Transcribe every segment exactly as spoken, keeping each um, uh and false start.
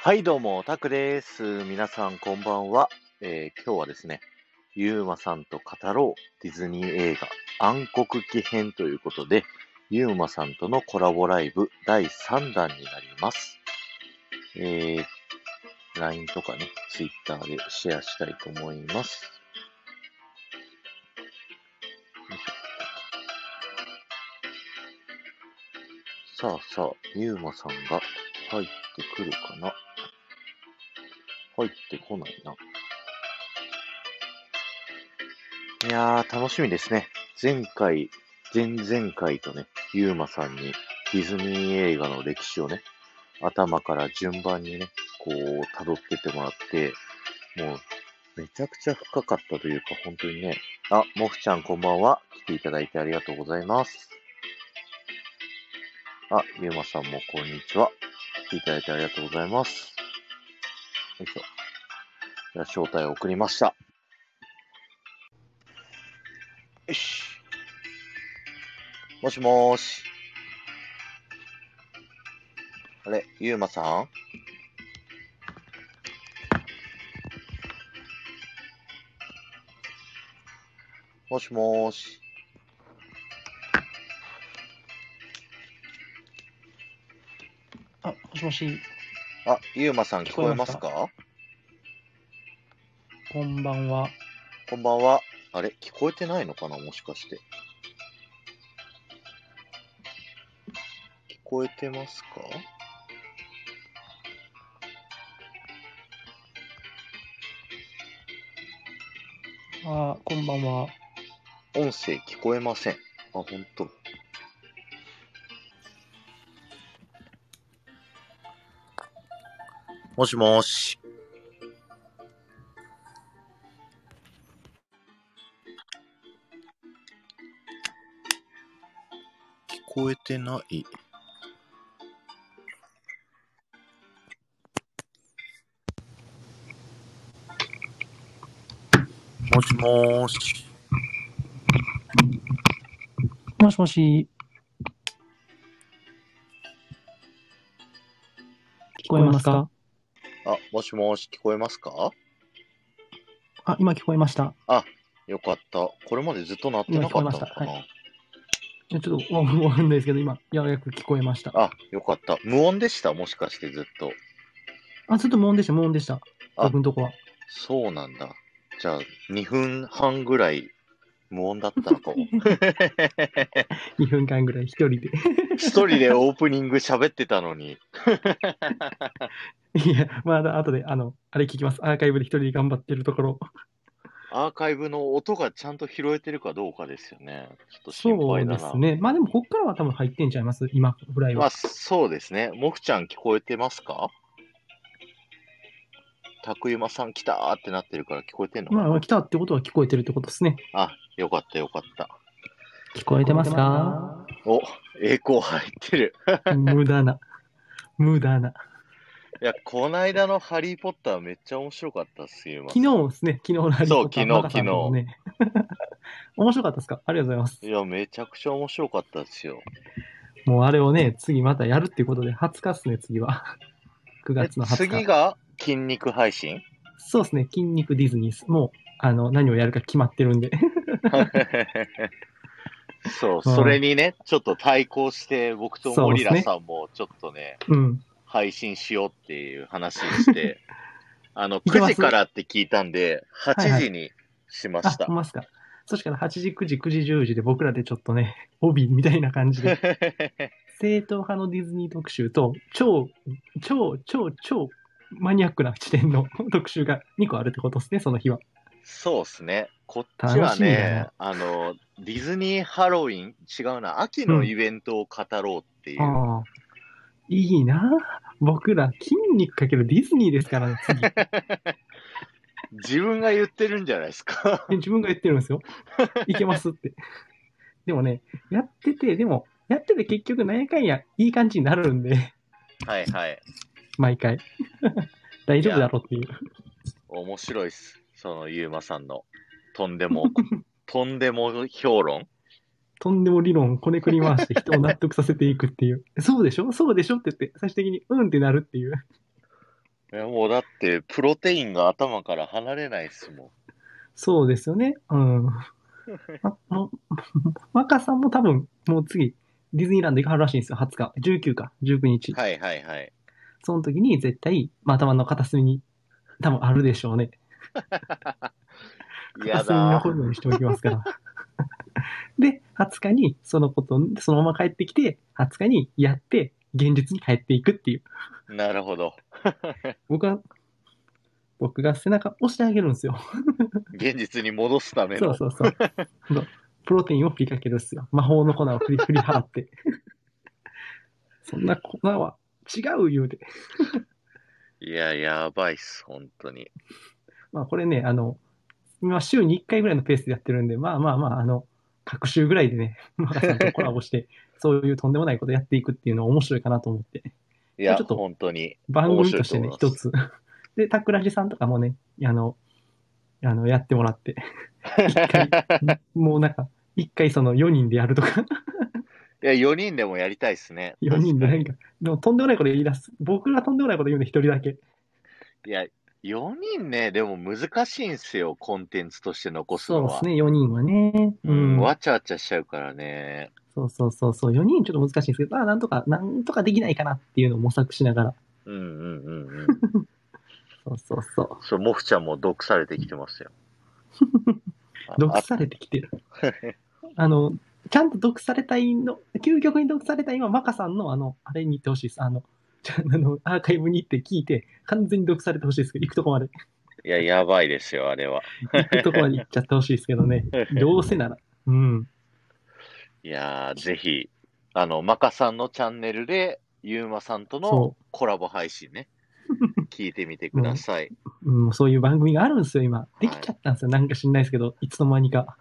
はい、どうも、タクです。皆さん、こんばんは。えー今日はですね、ゆうまさんと語ろうディズニー映画暗黒期編ということで、ゆうまさんとのコラボライブだいさんだんになります。えー、ライン とかね、Twitter でシェアしたいと思います。よいしょさあさあ、ゆうまさんが入ってくるかな。入ってこないな。いやー、楽しみですね。前回、前々回とね、ゆうまさんにディズニー映画の歴史をね、頭から順番にね、こう、辿ってってもらって、もう、めちゃくちゃ深かったというか、本当にね。あ、もふちゃんこんばんは。来ていただいてありがとうございます。あ、ゆうまさんもこんにちは。来ていただいてありがとうございます。よいしょ。じゃあ、招待を送りました。よし。もしもーし。あれ、ゆうまさんもしもーし。 あ、もしもし、 あ、ゆうまさん聞こえ聞こえまますか？ こんばんは。 こんばんは。あれ、聞こえてないのかなもしかして。聞こえてますか？ あ、こんばんは。 音声聞こえません。あ、ほんと。もしもーし。聞こえてない。もしもーし。 もしもし、聞こえますか？ あ、もしもーし、聞こえますか？ あ、今聞こえました。 あ、よかった。これまでずっと鳴ってなかったのかな？ 今聞こえました。はいちょっとわわかんないですけど、今、ようやく聞こえました。 あ、よかった。無音でしたもしかしてずっと。 あ、ずっと無音でした、無音でした。 あ、 僕のとこは。 そうなんだ。じゃあ、にふんはんぐらい無音だったのかも。 にふんかんぐらい一人で。 一人でオープニング喋ってたのに。 いや、まだ後で、あの、あれ聞きます。アーカイブで一人で頑張ってるところ。 アーカイブの音がちゃんと拾えてるかどうかですよね。ちょっと心そう配だな。 ですね。まあでも、こっからは多分入ってんちゃいます今ぐらいは。 まあ、そうですね。もふちゃん聞こえてますか？たくゆまさん来たーってなってるから聞こえてんのかまあ、 な？ 来たってことは聞こえてるってことですね。 あ、よかったよかった。 聞こえてますか？ お、栄光入ってる。 無駄な。無駄な。 いや、こないだのハリーポッターめっちゃ面白かったっすよ、 昨今さん。 日ですね、昨日のハリーそう、 ポッター、 昨日、 マガさんとの昨日。 ね、面白かったですか？ありがとうございます。 いや、めちゃくちゃ面白かったですよ。 もうあれをね、次またやるっていうことで、はつかっすね、次は。9 え、 月のはつか。 次が筋肉配信？ そうですね、筋肉ディズニース。もう、あの、何をやるか決まってるんで。 そう、 うんそれにね、ちょっと対抗して、僕とモリラそうですね。 さんもちょっとね、 うん。 配信しようっていう話して、あの、9 いけます時からって聞いたんで、8 はいはい。 時にしましあ、ほた。 んまっすか。そしたらはちじ、くじ、くじ、じゅうじで僕らでちょっとね、帯みたいな感じで、正統派のディズニー特集と、超、超、超、超マニアックな視点の特集がにこあるってことですね、その日は。 そうっすね。こっち楽はね、 しみだな。 あの、ディズニーハロウィン違うな、秋うん。 のイベントを語ろうっていう。 ああ、いいな。僕ら筋肉かけるディズニーですからね、次。 自分が言ってるんじゃないですか。 自分が言ってるんですよ。いけますって。でもね、やってて、でも、やってて結局なんやかんやいい感じになるんで、 はいはい。 毎回。大丈夫だいや、 ろうっていう。 面白いっす。そのゆうまさんの、とんでも、とんでも評論。 とんでも理論をこねくり回して人を納得させていくっていう。そうでしょそうでしょって言って、最終的にうんってなるっていう。 いや、もうだって、プロテインが頭から離れないっすもそうですよね。うん。ま、もう、マカさんも多分、もう次、ディズニーランド行かはるらしいんですよ。はつか。じゅうくか。じゅうくにち。 ん。はいはいはい。 その時に絶対、まあ、頭の片隅に多分あるでしょうね。片や隅にだー。 残るようにしておきますから。で、はつかにそのこと、そのまま帰ってきて、はつかにやって、現実に帰っていくっていう。 なるほど。 僕は、僕が背中押してあげるんですよ。 現実に戻すための。 そうそうそう。プロテインを振りかけるっすよ。魔法の粉を振り振り払って。そんな粉は違う言うて。 いや、やばいっす、本当に。 まあこれね、あの、今週にいっかいぐらいのペースでやってるんで、まあまあまあ、あの、各週ぐらいでね、マカさんとコラボして、そういうとんでもないことやっていくっていうのは面白いかなと思って。 いや、 まあちょっと本当に番面白い組としてね、 と思います。 一つ。で、タクラジさんとかもね、あの、あの、やってもらって、一回、もうなんか、一回そのよにんでやるとか、 いや、よにんでもやりたいっすね。 よに確かに。 んでなんか、でもとんでもないこと言い出す。僕がとんでもないこと言うんで一人だけ。 いや、よにんね、でも難しいんすよ、コンテンツとして残すのは。 そうですね、よにんはね。 うん、 うん。 わちゃわちゃしちゃうからね。 そうそうそうそう。よにんちょっと難しいんですけど、まあなんとか、なんとかできないかなっていうのを模索しながら。 うんうんうんうん。 そうそうそそう、モフちゃんも毒されてきてますよ。 う。 あ、あ、 毒されてきてる。あの、ちゃんと毒されたいの、究極に毒されたい今、マカさんのあの、あれに行ってほしいです。あの、ちゃあの、アーカイブに行って聞いて、完全に毒されてほしいですけど、行くとこまで、 いや、やばいですよ、あれは。 行くとこまで行っちゃってほしいですけどね。どうせなら。うん。 いやー、ぜひ、あの、マカさんのチャンネルで、ユーマさんとのそコラボ配信ね、聞いてみてう。 くだもさい。 う、うん、そういう番組があるんですよ、今。できはい。 ちゃったんですよ。なんか知んないですけど、いつの間にか。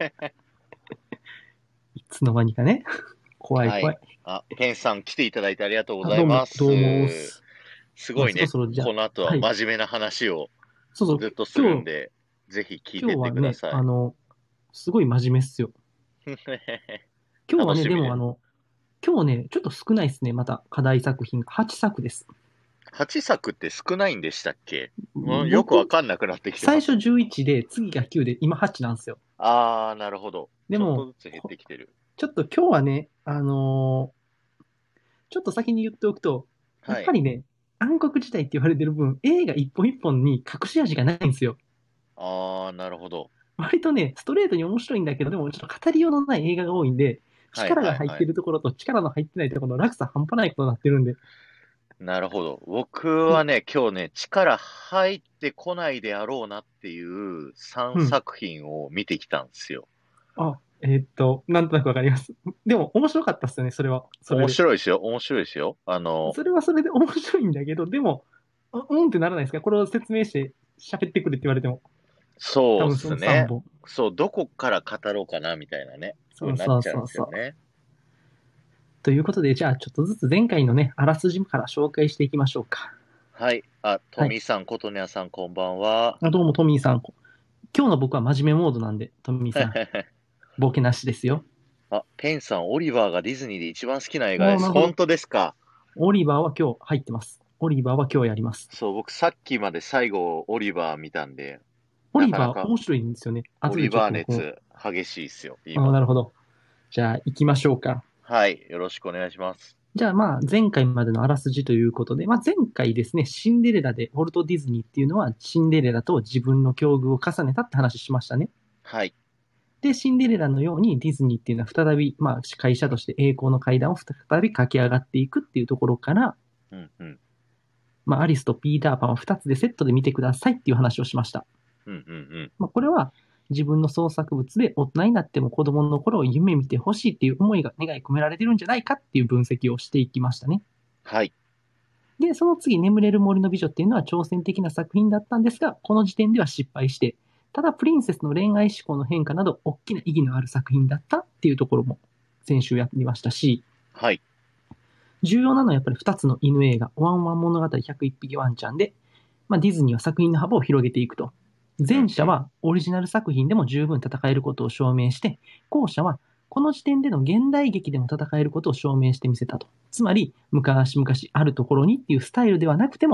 いつの間にかね。怖いはい。 怖い。 あ、ペンさん来ていただいてありがとうごあ、どうも、 ざいまどうもっす。 す。まあ、そろすごいね、 そろじゃあ、 この後ははい。 真面目な話をそうそう、 ずっとする今日、 んで、ぜひ聞いてって今日はね、 ください。 あの、すごい真面目っすよ。今日はね、でも、あ楽しみです。 の、今日ね、ちょっと少ないですね、また、課題作品が。はちさくです。 はちさくって少ないんでしたっけ？もうよくわ僕、 かんなくなってきて最初ます。 じゅういちで、次がきゅうで、今はちなんですよ。 あー、なるほど。ちょっとでも、 ずつ減っこてきてる。 ちょっと今日はね、あのーちょっと先に言っておくと、やっはい。 ぱりね、暗黒時代って言われてる分、映画一本一本に隠し味がないんですよ。 あー、なるほど。 割とね、ストレートに面白いんだけど、でもちょっと語りようのない映画が多いんで、 はい力が入っはいはい。 てるところと力の入ってないところの落差半端ないことになってるんで。 なるほど。僕はね、今日ね、力入ってこないであろうなっていうさんうん。 さく品を見てきたんですよ。 あ、えーっと、なんとなくわかります。でも面白かったっすよね、それは。それ面で。 白いですよ。面白いですよ。あの、 それはそれで面白いんだけど、でも、あうんってならないですか？これを説明して喋ってくれって言われても。 そうっ多分その3 すね。 本。 そう、どこから語ろうかな、みたいなね、風そうそうになっちゃうんでそうそう。 すよね。 ということで、じゃあちょっとずつ前回のね、あらすじから紹介していきましょうか。 はい。あ、トはい。 ミーさん、コトニャさん、こんばんは。 あ、どうもトミーさん。今日の僕は真面目モードなんで、トミーさん、ボケなしですよ。 あ、ペンさん、オリバーがディズニーで一番好きな映画ああ、 です。本なるほど。 当ですか？ オリバーは今日入ってます。オリバーは今日やります。 そう、僕さっきまで最後、オリバー見たんで、 オなかなか、 リバー面白いんですよね。後でちょっオリバーと僕も。 熱、激しいっすよ、 ああ、 今。 なるほど。じゃあ行きましょうか。 はい。よろしくお願いします。 じゃあまあ前回までのあらすじということで、まあ前回ですね、シンデレラで、ウォルト・ディズニーっていうのはシンデレラと自分の境遇を重ねたって話しましたね。 はい。 で、シンデレラのようにディズニーっていうのは再び、まあ会社として栄光の階段を再び駆け上がっていくっていうところから、 うん、うん。 まあアリスとピーターパンをふたつでセットで見てくださいっていう話をしました。 うん、うん、うん。 まあこれは自分の創作物で大人になっても子供の頃を夢見てほしいっていう思いが願い込められてるんじゃないかっていう分析をしていきましたね。 はい。 で、その次、眠れる森の美女っていうのは挑戦的な作品だったんですが、この時点では失敗して、ただプリンセスの恋愛思考の変化など、大きな意義のある作品だったっていうところも先週やりましたし、 はい。 重要なのはやっぱりふたつの犬映画、ワンワン物語ひゃくいっぴきワンちゃんで、まあ、ディズニーは作品の幅を広げていくと。 うん、うん。 前者はオリジナル作品でも十分戦えることを証明して、後者はこの時点での現代劇でも戦えることを証明してみせたと。つまり、昔々あるところにっていうスタイルではなくても、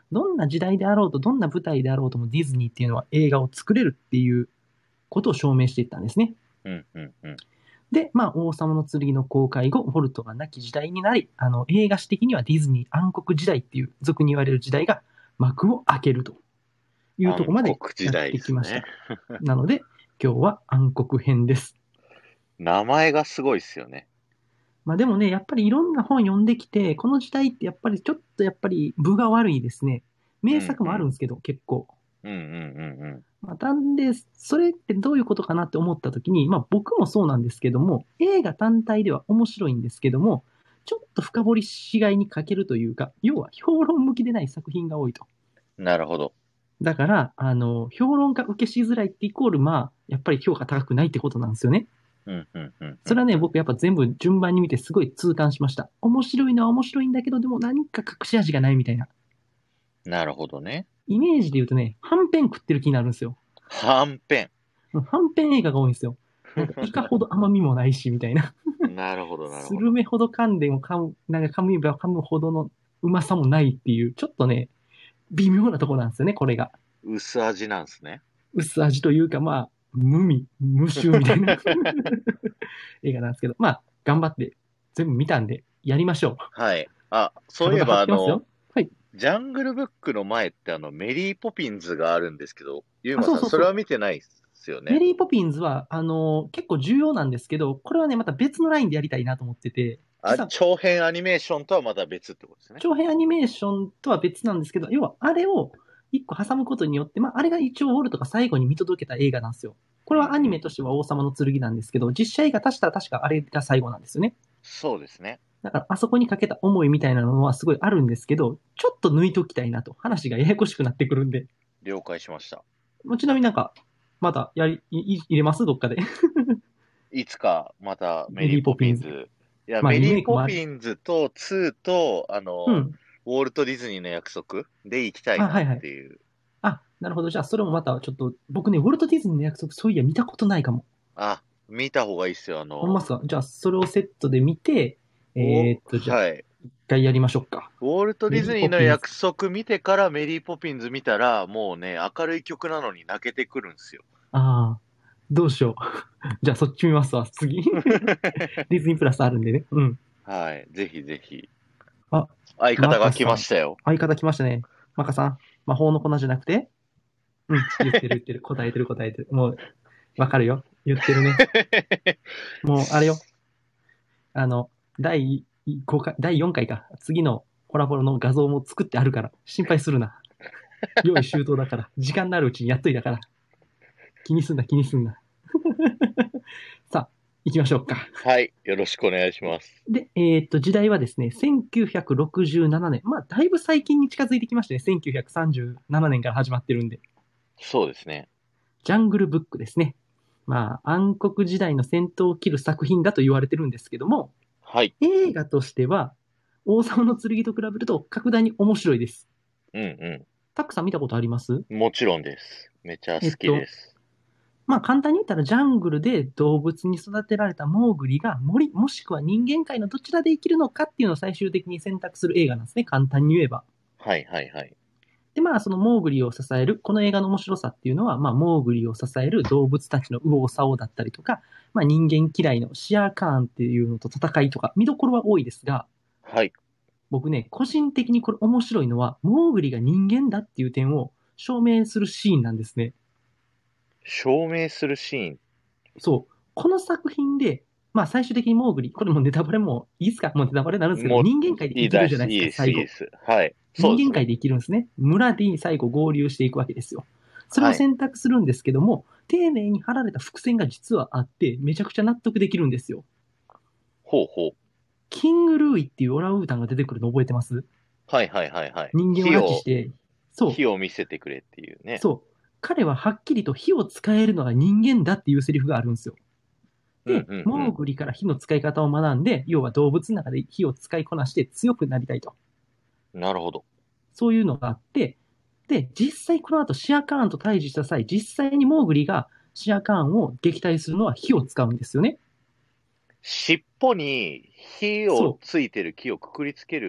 どんな時代であろうと、どんな舞台であろうともディズニーっていうのは映画を作れるっていうことを証明していったんですね。 うんうんうん。 で、まあ、王様の剣の公開後、ウォルトが亡き時代になり、あの、映画史的にはディズニー暗黒時代っていう、俗に言われる時代が幕を開けるというところまで暗黒時やっ代ですてきました。 ね。 なので、今日は暗黒編です。 名前がすごいっすよね。 まあでもね、やっぱりいろんな本読んできて、この時代ってやっぱりちょっとやっぱり分が悪いですね。名作もあるんですけど、結構。 うんうんうんまあ、なんで、それってどういうことかなって思ったときに、まあ僕もそうなんですけども、映画単体では面白いんですけども、ちょっと深掘りしがいに欠けるというか、要は評論向きでない作品が多いと。 うん。なるほど。 だから、あの、評論家受けしづらいってイコール、まあ、やっぱり評価高くないってことなんですよね。 うんうんうんうそれはね、 んうん。 僕やっぱ全部順番に見てすごい痛感しました。面白いのは面白いんだけど、でも何か隠し味がないみたいな。 なるほどね。 イメージで言うとね、はんぺん食ってる気になるんですよ。 はんぺん。 はんぺん映画が多いんですよ。なんかイカほど甘みもないし、みたいな。 なるほど、なるスほど。 ルメほど噛んでも噛む、なんか噛めば噛むほどのうまさもないっていう、ちょっとね、微妙なところなんですよね、これが。 薄味なんすね。 薄味というか、まあ、無味、無臭みたいな映画なんですけど、まあ、頑張って全部見たんで、やりましょう。 はい。あ、そういえ体張ばあの、 ってますよ。はい。 ジャングルブックの前ってあの、メリーポピンズがあるんですけど、ゆうあ、 まさん、それはそうそうそう。 見てないっすよね。 メリーポピンズは、あのー結構重要なんですけど、これはね、また別のラインでやりたいなと思ってて、 あ、 実は長編アニメーションとはまた別ってことですね。 長編アニメーションとは別なんですけど、要はあれを一個挟むことによって、まあ、あれが一応ウォルトが最後に見届けた映画なんですよ。これはアニメとしては王様の剣なんですけど、実写映画足したら確かあれが最後なんですよね。 そうですね。 だからあそこにかけた思いみたいなのはすごいあるんですけど、ちょっと抜いときたいなと。話がややこしくなってくるんで。 了解しました。 もうちなみになんか、またやり、い入れますどっかで。 いつかまたメメリリーポーポピンズ。 ピンズ。いや、 まあリメリーメイクもある。 ポピンズとツーと、あの、 うん。 ウォルト・ディズニーの約束で行きたいあ、 なっはいはい。 ていう。 あ、なるほど。じゃあそれもまたちょっと、僕ね、ウォルト・ディズニーの約束そういや見たことないかも。 あ、見た方がいいっすよ。あの、 ほんますか？じゃあ、それをセットで見て、 お、 えーっと、じゃあ、 はい。 一回やりましょうか。 ウォルト・デメリーィズニーポピンズ。 の約束見てからメリー・ポピンズ見たら、もうね、明るい曲なのに泣けてくるんですよ。 ああ、どうしよう。じゃあ、そっち見ますわ、次。ディズニープラスあるんでね。うん。 はい。ぜひぜひ。 あ、 相方が来マカさん。 ましたよ。 相方来ましたね。マカさん。魔法の粉じゃなくてうん、言ってる言ってる。答えてる答えてる。もう、わかるよ。言ってるね。もう、あれよ。あの、だいごかい、だいよんかいか。次のコラボの画像も作ってあるから、心配するな。用意周到だから。時間のあるうちにやっといたから。気にすんな、気にすんな。さあ、行きましょうか。 はい。よろしくお願いします。 で、えーっと、時代はですね、せんきゅうひゃくろくじゅうななねん。まあ、だいぶ最近に近づいてきましたね。せんきゅうひゃくさんじゅうななねんから始まってるんで。 そうですね。 ジャングルブックですね。まあ、暗黒時代の戦闘を切る作品だと言われてるんですけども、 はい。 映画としては、王様の剣と比べると格段に面白いです。 うんうタックさん見たことありますん。もちろんです。めちゃ好えっと、 きです。 まあ簡単に言ったらジャングルで動物に育てられたモーグリが森もしくは人間界のどちらで生きるのかっていうのを最終的に選択する映画なんですね。簡単に言えば。 はいはいはい。 で、まあそのモーグリを支える、この映画の面白さっていうのは、まあモーグリを支える動物たちの右往左往だったりとか、まあ人間嫌いのシアーカーンっていうのと戦いとか、見どころは多いですが、 はい。 僕ね、個人的にこれ面白いのは、モーグリが人間だっていう点を証明するシーンなんですね。 証明するシーン。 そう。この作品で、まあ最終的にモーグリ、これもネタバレもいいですか？もうネタバレになるんですけど、 も人間界で生きるいいです。 じゃないですか、 いいです。 最後。 いいです。はい。そうですね。 人間界で生きるんですね。村で最後合流していくわけですよ。それをはい。 選択するんですけども、丁寧に張られた伏線が実はあって、めちゃくちゃ納得できるんですよ。 ほうほう。 キングルーイっていうオランウータンが出てくるの覚えてます？ はいはいはいはい。 人間を火を、 拉致して、そう、 火を見せてくれっていうね。 そう。彼ははっきりと火を使えるのが人間だっていうセリフがあるんですよ。 うんで、 うんうん。 モーグリから火の使い方を学んで、要は動物の中で火を使いこなして強くなりたいと。 なるほど。 そういうのがあって、で、実際この後シアカーンと対峙した際、実際にモーグリがシアカーンを撃退するのは火を使うんですよね。 尻尾に火をそう。 ついてる木をくくりつける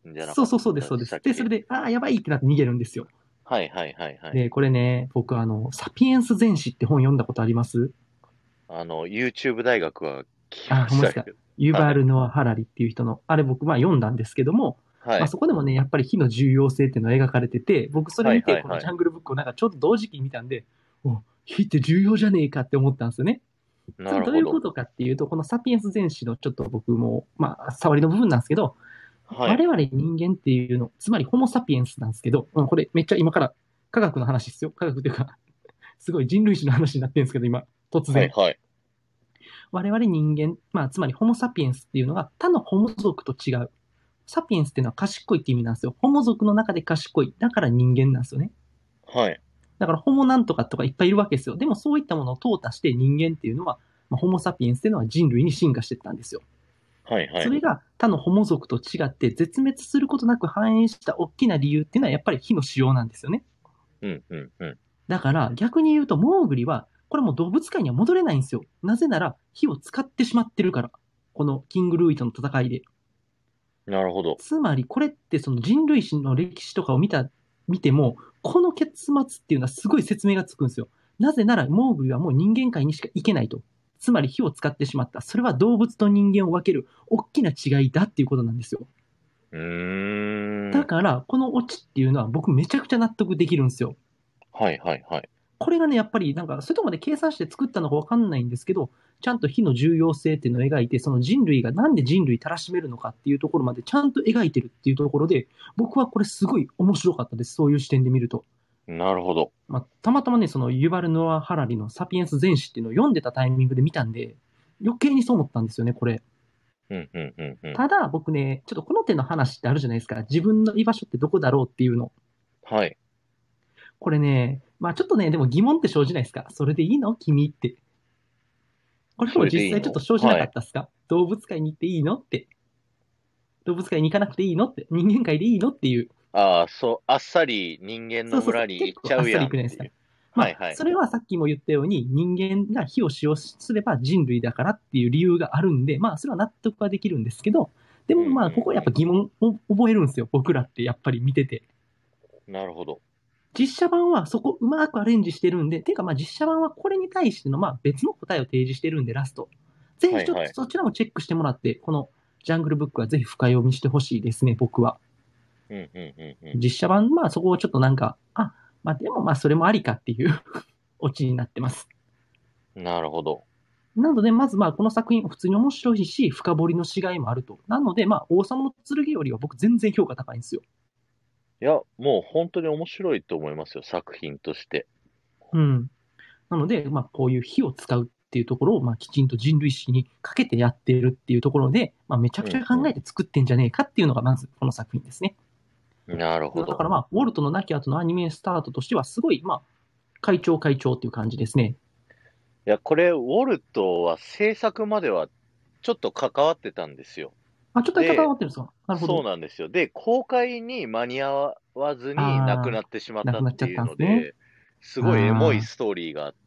じゃなかっそうそうそうです、そうです。で、そたでしたっけ？ れで、ああ、やばいってなって逃げるんですよ。 はいはいはいはい。 で、これね、僕、あの、サピエンス全史って本読んだことあります？ あの、YouTube 大学は聞きあ、 ましたけど。 ほんまですか。ユバール・はい。 ノア・ハラリっていう人の、あれ僕、まあ読んだんですけども、まあはい。 そこでもね、やっぱり火の重要性っていうのが描かれてて、僕それはい見て、 はいはい。 このジャングルブックをなんかちょうど同時期に見たんで、お、火って重要じゃねえかって思ったんですよね。それどうなるほど。 いうことかっていうと、このサピエンス全史のちょっと僕も、まあ、触りの部分なんですけど、 はい。 我々人間っていうの、つまりホモ・サピエンスなんですけど、うん、これめっちゃ今から科学の話ですよ。科学というか、すごい人類史の話になってるんですけど、今、突然。 はいはい。 我々人間、まあ、つまりホモ・サピエンスっていうのが他のホモ族と違う。サピエンスっていうのは賢いって意味なんですよ。ホモ族の中で賢い。だから人間なんですよね。 はい。 だからホモなんとかとかいっぱいいるわけですよ。でもそういったものを淘汰して人間っていうのは、まあ、ホモ・サピエンスっていうのは人類に進化していったんですよ。 はいはい。 それが他のホモ族と違って絶滅することなく繁栄した大きな理由っていうのはやっぱり火の使用なんですよね。 うんうんうん。 だから逆に言うとモーグリはこれも動物界には戻れないんですよ。なぜなら火を使ってしまってるから。このキングルーイとの戦いで。 なるほど。 つまりこれってその人類史の歴史とかを見た、見ても、この結末っていうのはすごい説明がつくんですよ。なぜならモーグリはもう人間界にしか行けないと。つまり火を使ってしまった。それは動物と人間を分ける大きな違いだっていうことなんですよ。 うーん。 だから、このオチっていうのは僕めちゃくちゃ納得できるんですよ。 はいはいはい。 これがね、やっぱりなんか、そういうとこまで計算して作ったのかわかんないんですけど、ちゃんと火の重要性っていうのを描いて、その人類がなんで人類たらしめるのかっていうところまでちゃんと描いてるっていうところで、僕はこれすごい面白かったです。そういう視点で見ると。 なるほど。 まあ、たまたまね、そのユバル・ノア・ハラリのサピエンス全史っていうのを読んでたタイミングで見たんで、余計にそう思ったんですよね、これ。 うんうんうんうん。 ただ、僕ね、ちょっとこの手の話ってあるじゃないですか。自分の居場所ってどこだろうっていうの。 はい。 これね、まあちょっとね、でも疑問って生じないですか？それでいいの君って。これそも実際ちょっれでいいの？ と生じなはい。 かったっすか？動物界に行っていいのって。動物界に行かなくていいのって。人間界でいいのっていう。 ああ、そう、あっさり人間のそうそうそう。 村に結構あっ行っちゃうさりいくじゃないですか。 やんっていう。 まあ、 はいはい。 それはさっきも言ったように、人間が火を使用すれば人類だからっていう理由があるんで、まあ、それは納得はできるんですけど、でうんうもまあ、ここはやっぱん疑問を覚えるんですよ。僕らってやっぱり見てて。 うん。なるほど。 実写版はそこうまくアレンジしてるんで、ていうかまあ実写版はこれに対してのまあ別の答えを提示してるんで、ラスト。ぜひちょっとはいはい。 そちらもチェックしてもらって、このジャングルブックはぜひ深読みしてほしいですね、僕は。 うんうんうんう実写版、まあそこをちょっとなんか、あ、まあでもまあそれもありかっていうオチになってます。 ん。なるほど。 なので、まずまあこの作品普通に面白いし、深掘りのしがいもあると。なので、まあ王様の剣よりは僕全然評価高いんですよ。 いや、もう本当に面白いと思いますよ、作品として。 うん。なので、まあ、こういう火を使うっていうところを、まあ、きちんと人類史にかけてやっているっていうところで、まあ、めちゃくちゃ考うんうえて作ってんじゃねえかっていうのが、まずこの作品ですね。 ん。なるほど。 だからまあ、ウォルトの亡き後のアニメスタートとしては、すごい、まあ、会長会長っていう感じですね。 いや、これ、ウォルトは制作まではちょっと関わってたんですよ。 あ、ちょっとだけ関で、 わってるんですか？なるほそうど。 なんですよ。で、公開に間に合わずに亡くああ、 なってしまっなくなっちゃったっていうたんですね。 ので、すごいエモいあストーリーがあって、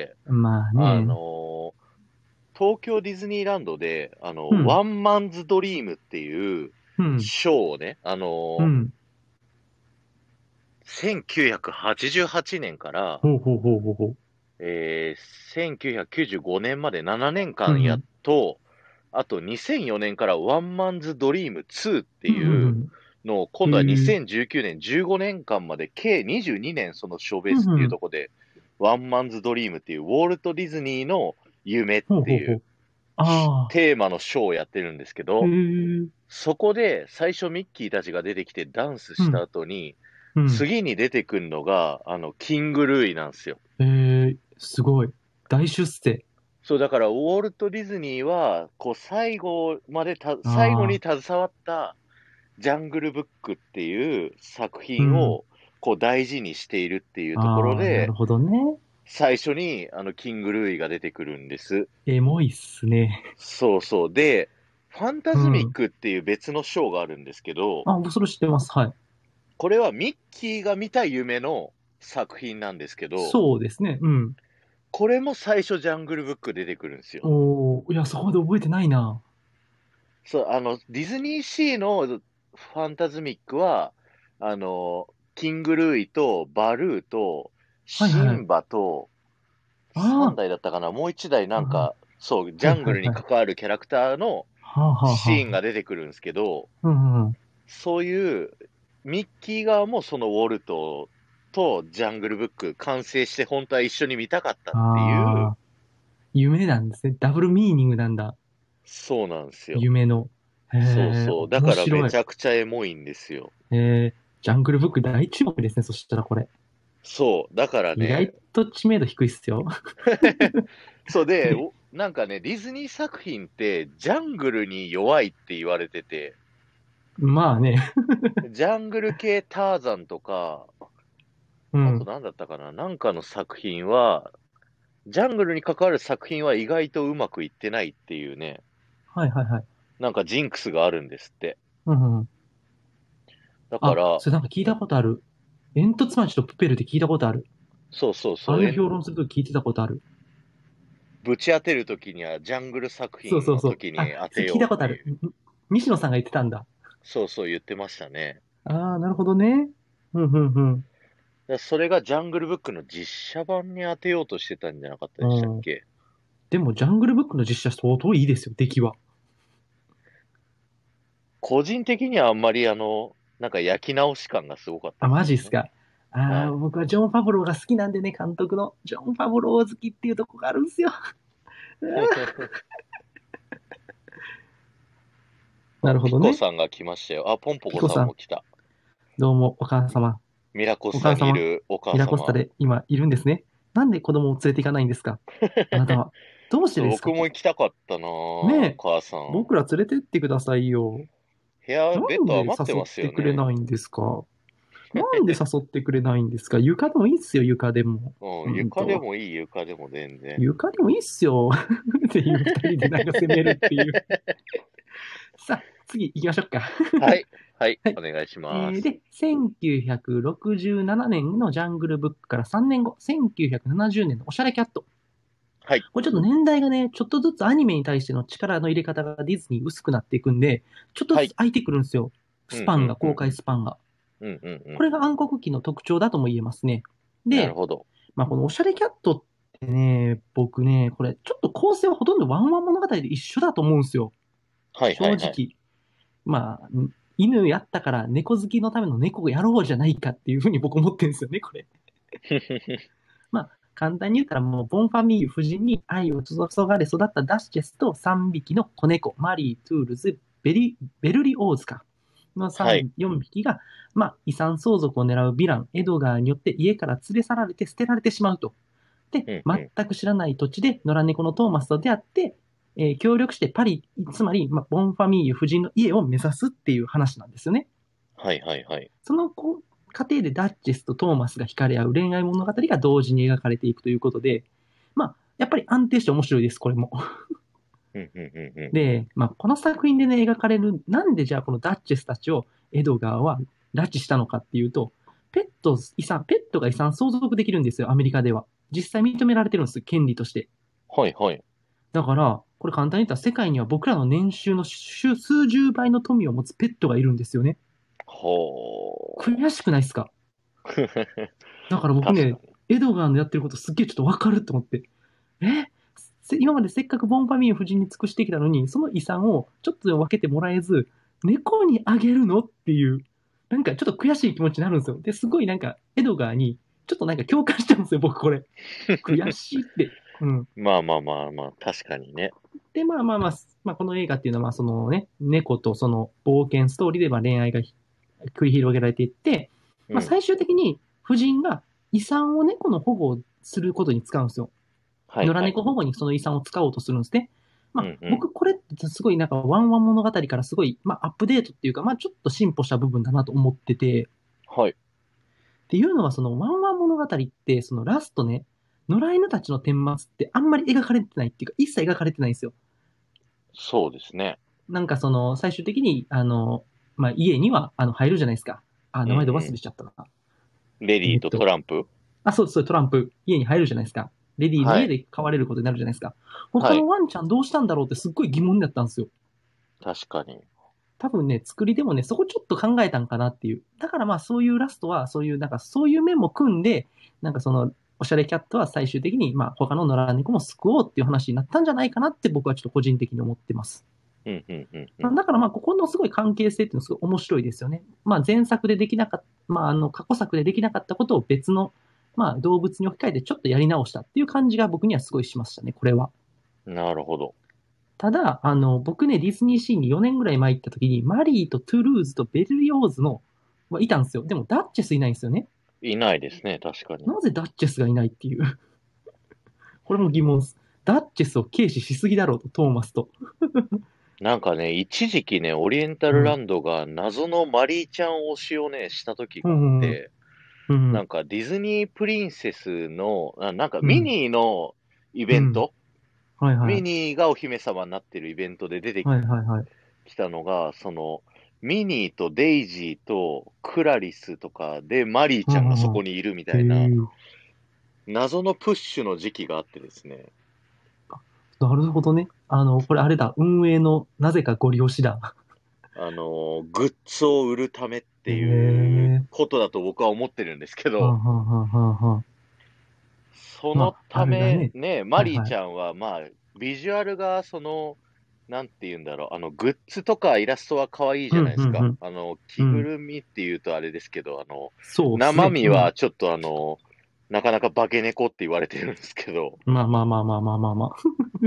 あ、まああね。 のー東京ディズニーランドで、あの、 うん、 ワンマンズドリームっていううん、 ショーをね、あのーうん。 せんきゅうひゃくはちじゅうはちねんから、 ほうほうほうほうほう。 えーせんきゅうひゃくきゅうじゅうごねんまでななねんかんやっうん、 と、あとにせんよねんからワンマンズドリームツーってうん、ういうん。 のを、今度はへえ。 にせんじゅうきゅうねん、じゅうごねんかんまで計にじゅうにねんそのショーベーうん、 スっていううん。 ところで、ワンマンズドリームっていうウォルト・ディズニーの夢っていうほうほうほう。ああ、 テーマのショーをやってるんですけへど、 え。 そこで最初ミッキーたちが出てきてダンスしたうん、 後に、 うん。 次に出てくるのが、あの、キングルーイなんですよ。 えー、すごい。大出世。 そう、だから、ウォルト・ディズニーは、こう、最後までた、最後にああ、 携わったジャングルブックっていう作うん。 品を、こう、大事にしているっていうところああ、なるで、 ほどね。 最初に、あの、キング・ルーイが出てくるんです。 エモいっすね。 そうそう。で、ファンタズミッうん。 クっていう別のショーがあるんですけど、 あ、僕それ知ってます。はい。 これはミッキーが見た夢の作品なんですけど、 そうですね。うん。 これも最初ジャングルブック出てくるんですよ。 おー、いや、そこまで覚えてないな。 そう、あの、ディズニーシーのフファンタズミックは、あの、キングルーイとバルーとはいはいはい。 シンバとさんあだいだったかな、もういちだいなあ、 んか、そう、ジはいャングルにはいはい。 関わるキャラクターのはあはあはシーンあはあ。 が出てくるんですけど、 うんうんうん。 そういうミッキー側もそのウォルトとジャングルブック完成して本当は一緒に見たかったっていう、 ああ、夢なんですね。ダブルミーニングなんだ。 そうなんですよ。 夢の。へえ、 そうそう。だからめ面白い。 ちゃくちゃエモいんですよ。 えー、ジャングルブック大注目ですね。そしたらこれ。 そう。だから意外ね、 と知名度低いっすよ。 そうで、おなんかね、ディズニー作品ってジャングルに弱いって言われてて、 まあね。 ジャングル系ターザンとか、あとうん。 何だったかな、なんかの作品は、ジャングルに関わる作品は意外とうまくいってないっていうね、 はいはいはい。 なんかジンクスがあるんですって。 うんうん。あ、 だから、 それなんか聞いたことある。煙突町とプペルで聞いたことある。 そうそうそう、 あれのえん評論するとき聞いてたことある。 ぶち当てるときにはジャングル作品のそうそうそう。あ、 時に当てそれ聞いたことある。 ようっていう。 んん西野さんが言ってたんだ。 そうそう言ってましたね。 ああ、なるほどね。うんうんだそれがジャングルブックの実写版に当てようとしてたんじゃなかったでしたっうん。うん。 け？ でも、ジャングルブックの実写相当いいですよ、出来は。 個人的にはあんまりあの、なんか焼き直し感がすごかったあ、 ですけどね。 マジっすか。ああ、 はい。 僕はジョン・ファブローが好きなんでね、監督の。ジョン・ファブロー好きっていうとこがあるんですよ。なるほどね。 ピコさんが来ましたよ。あ、ポンポコピコさん、 さんも来た。 どうも、お母様。 ミラコスタお母様、 にいるお母ミラコスタ様。 で今いるんですね。なんで子供を連れて行かないんですか、あなたは。どうしてそう、 ですかと。 僕も行きたかったなぁ、おねえ、 母さん。 僕ら連れてってくださいよ。 部屋、ベッなんで誘ド余ってますってよね。 くれないんですか？なんで誘ってくれないんですか？床でもいいっすよ、床でも。 うん、 うんと。 床でもいい、床でも全然。 床でもいいっすよ。っていう二人でなんか責めるっていう。さあ、次行きましょうか。 はい、はい、 はい。 お願いしえー、 ます。 で、せんきゅうひゃくろくじゅうななねんのジャングルブックからさんねんご、せんきゅうひゃくななじゅうねんのおしゃれキャット。 はい、 これちょっと年代がね、ちょっとずつアニメに対しての力の入れ方がディズニー薄くなっていくんで、ちょっとはい。 ずつ空いてくるんですよ。 うん、うスパンが、 ん、うん。 公開スパンが。 うん、うん、うん。 これが暗黒期の特徴だとも言えますね。で、 なるほど。 まあ、このおしゃれキャットってね、僕ね、これちょっと構成はほとんどワンワン物語で一緒だと思うんですよ。 はい、はい、はい。 正直。まあ、犬やったから猫好きのための猫をやろうじゃないかっていうふうに僕思ってるんですよね、これ。まあ、簡単に言ったらもう、ボンファミーユ夫人に愛を注がれ育ったダッシェスとさんびきの子猫、マリー、トゥールズ、ベリ、ベルリオーズか。のはい。 さん、よんびきが、まあ、遺産相続を狙うヴィラン、エドガーによって家から連れ去られて捨てられてしまうと。で、 うん、うん。 全く知らない土地で野良猫のトーマスと出会って、えー協力してパリ、つまり、まあ、ボンファミーユ夫人の家を目指すっていう話なんですよね。 はい、はい、はい。 そのこ過程でダッチェスとトーマスが惹かれ合う恋愛物語が同時に描かれていくということで、まあ、やっぱり安定して面白いです、これも。 うん、うん、うん、うん。 で、まあ、この作品でね、描かれる、なんでじゃあこのダッチェスたちをエドガーは拉致したのかっていうと、ペット、遺産、ペットが遺産相続できるんですよ、アメリカでは。実際認められてるんです、権利として。 はい、はい。 だから、これ簡単に言ったら世界には僕らの年収の数十倍の富を持つペットがいるんですよね。 ほ悔しくないですか？ ー。 だから僕ね、 確かに。 エドガーのやってることすっげえちょっとわかると思って。え今までせっかくボンファミーユ夫人に尽くしてきたのに、その遺産をちょっと分けてもらえず、猫にあげるのっていう、なんかちょっと悔しい気持ちになるんですよ。で、すごいなんか、エドガーに、ちょっとなんか共感しちゃうんですよ、僕これ。悔しいって。うん。 まあまあまあまあ、確かにね。 で、まあまあまあ、まあ、この映画っていうのは、まあそのね、猫とその冒険ストーリーでまあ恋愛が繰り広げられていって、まあうん。 最終的に夫人が遺産を猫の保護をすることに使うんですよ。 はい、 野良はい。 猫保護にその遺産を使おうとするんですね。まあ、 うん、うん。 僕これってすごいなんかワンワン物語からすごい、まあアップデートっていうか、まあちょっと進歩した部分だなと思ってて、 はい。 っていうのはそのワンワン物語ってそのラストね、野良犬たちの顛末ってあんまり描かれてないっていうか、一切描かれてないんですよ。 そうですね。 なんかその最終的に、あの、まあ家にはあの入るじゃないですか。あ、 うん、 名前で忘うれちゃったな。 ん。レディーとトえーっと、 ランプ。 あ、そうです、そうですトランプ、家に入るじゃないですか。レディーのはい。 家で飼われることになるじゃないですか。他はい。 のワンちゃんどうしたんだろうってすっごい疑問だったんですよ。 確かに。 多分ね、作りでもね、そこちょっと考えたんかなっていう。だからまあそういうラストは、そういう、なんかそういう面も組んで、なんかその、おしゃれキャットは最終的に、まあ他の野良猫も救おうっていう話になったんじゃないかなって僕はちょっと個人的に思ってます。 うんうんうんうん。 まあだからまあここのすごい関係性っていうのはすごい面白いですよね。まあ前作でできなかった、まああの過去作でできなかったことを別の、まあ動物に置き換えてちょっとやり直したっていう感じが僕にはすごいしましたね、これは。 なるほど。 ただ、あの、僕ね、ディズニーシーによねんぐらい前行った時に、マリーとトゥルーズとベルリオーズの、はいたんですよ。でも、ダッチェスいないんですよね。 いないですね、確かに。 なぜダッチェスがいないっていう。これも疑問です。ダッチェスを軽視しすぎだろうと、トーマスと。 なんかね、一時期ね、オリエンタルラうん。 ンドが謎のマリーちゃん推しをね、した時があっうん、うん、 て、 うん、 なんかディズニープリンセスの、あなんかうん、 ミニーのイうん。 ベント、 はいはい。 ミニーがお姫様になってるイベントで出てはいはいはい。 きたのが、その、ミニーとデイジーとクラリスとかでマリーうん、 ちゃんがそうん、うん。 こにいるみたいな、 へえ。 謎のプッシュの時期があってですね、 なるほどね。あの、これあれだ。運営のなぜかご利用しだ。 あのーグッズを売るためってへいうえ。 ことだと僕は思ってるんですけはあ、 ど、 はあ、はあ、はあ、はあ。 そのまあ、あたれだね。 めね、マリーはいはい。 ちゃんは、まあ、ビジュアルが、その、なんて言うんだろう、あの、グッズとかイラストは可愛いじゃないうん、うん、うですか。 ん。 あの、着ぐうん。 るみって言うとあれですけど、あの、 そうですね。 生身うん。 はちょっとあの、なかなか化け猫って言われてるんですけど、 まあまあまあまあまあまあまあ。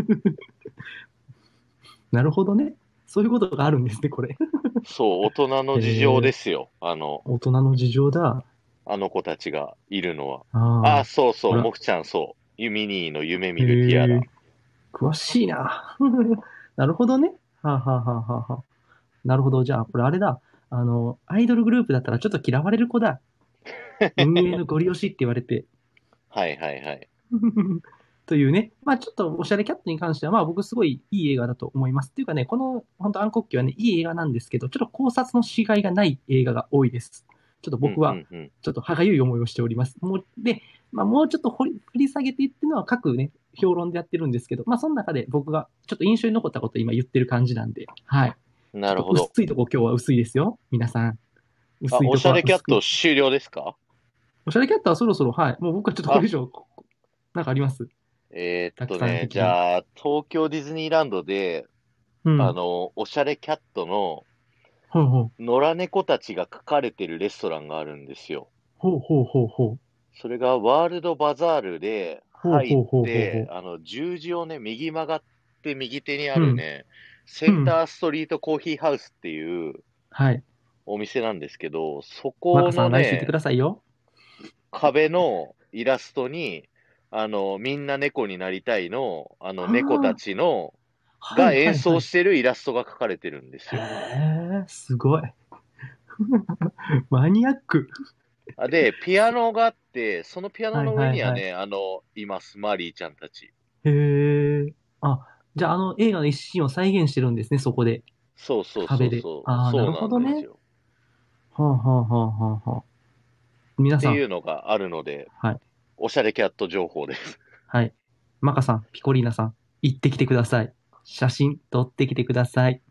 なるほどね。そういうことがあるんですね、これ。 そう、大人のえ事情でー、 すよ。あの、 大人の事情だ。 あの子たちがいるのは。あ、 あそうそう、 あ、あら。 もくちゃん、そう。ユミニーの夢え見るティアラ。 ー、詳しいな。なるほどね。はあ、はあはあはあはあ、なるほど。じゃあ、これあれだ。あの、アイドルグループだったらちょっと嫌われる子だ。運営のゴリ押しって言われて。 はいはいはい。 というね。まあちょっとおしゃれキャットに関しては、まあ僕すごいいい映画だと思います。っていうかね、この本当暗黒期はね、いい映画なんですけど、ちょっと考察のしがいがない映画が多いです。ちょっとうん僕は、 うんうん。 ちょっと歯がゆい思いをしております。もう、で、まあもうちょっと掘り振り下げていっていうのは各ね、評論でやってるんですけど、まあその中で僕がちょっと印象に残ったことを今言ってる感じなんで、はい。ちょっとなるほど。 薄いとこ今日は薄いですよ。皆さん。 あ、 薄いとおしゃれキャッこは薄く。 ト終了ですか？ おしゃれキャットはそろそろ、はい。もう僕はちょっとこれあ、 以上、なんかありますえーっ楽とね、 さん的に。 じゃあ、東京ディズニーランドで、 うん。 あの、おしゃれキャットのほうほう。 野良猫たちが描かれてるレストランがあるんですよ。 ほうほうほうほう。 それがワールドバザールで入っほうほうほうほうて、 ほあの、十字をね、右曲がって右手にあう。うん。 るね、セうん。 ンターストリートコーヒーハウスっていうはい。 お店なんですけど、そこマカさん、来週行ってくのね、 ださいよ。 壁のイラストに、あの、みんな猫になりたいの、あの、猫たはあ。 ちの、 はいが演はいはい。 奏してるイラストが描かれてるんですへよ。 え、すごい。マニアック。 あで、ピアノがあって、そのピアノはいの上はいはい。 にはね、あの、います、マリーちゃんたち。 へえ。あ、じゃああの映画の一シーンを再現してるんですね、そこで。 そうそうそ壁で。 うそう、 ああ、なるそうなほどね。 んですよ。 はあはあはあはあはあ。皆さん、 っていうのがあるので、 はい。 おしゃれキャット情報です。 はい。マカさん、ピコリーナさん、行ってきてください。写真撮ってきてください。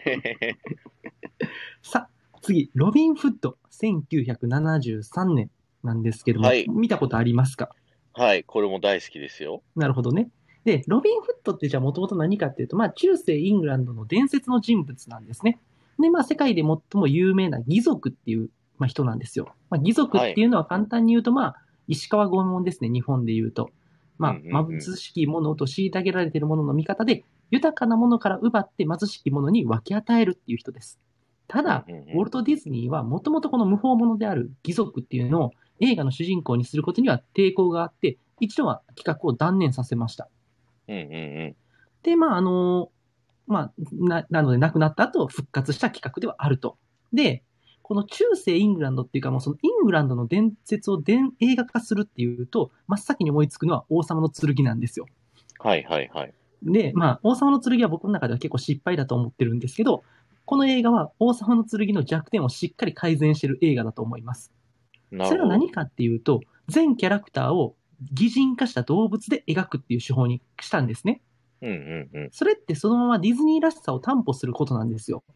さあ、次、ロビン・フッド、せんきゅうひゃくななじゅうさんねんなんですけども、 はい。 見たことありますか？ はい。これも大好きですよ。 なるほどね。で、ロビン・フッドってじゃあもともと何かっていうと、まあ中世イングランドの伝説の人物なんですね。で、まあ世界で最も有名な義族っていう、まあ、人なんですよ。まあ、義族っはい。 ていうのは簡単に言うと、まあ石川五右衛門ですね、日本で言うと。 うんうまあん貧しき者と虐げられている者の味方で、豊かなものから奪って貧しき者に分け与えるっていう人です。たうん。うんだ、 うんうん。 ウォルト・ディズニーはもともとこの無法者である義族っていうのを映画の主人公にすることには抵抗があって、一度は企画を断念させました。 うんうんうん。 で、まあ、あの、まあ、な、なので亡くなった後復活した企画ではあると。で、この中世イングランドっていうか、もうそのイングランドの伝説を伝映画化するっていうと、真っ先に思いつくのは王様の剣なんですよ。 はいはいはい。 で、まあ、王様の剣は僕の中では結構失敗だと思ってるんですけど、この映画は王様の剣の弱点をしっかり改善している映画だと思います。 なるほど。 それは何かっていうと、全キャラクターを擬人化した動物で描くっていう手法にしたんですね。 うんうんうん。 それってそのままディズニーらしさを担保することなんですよ。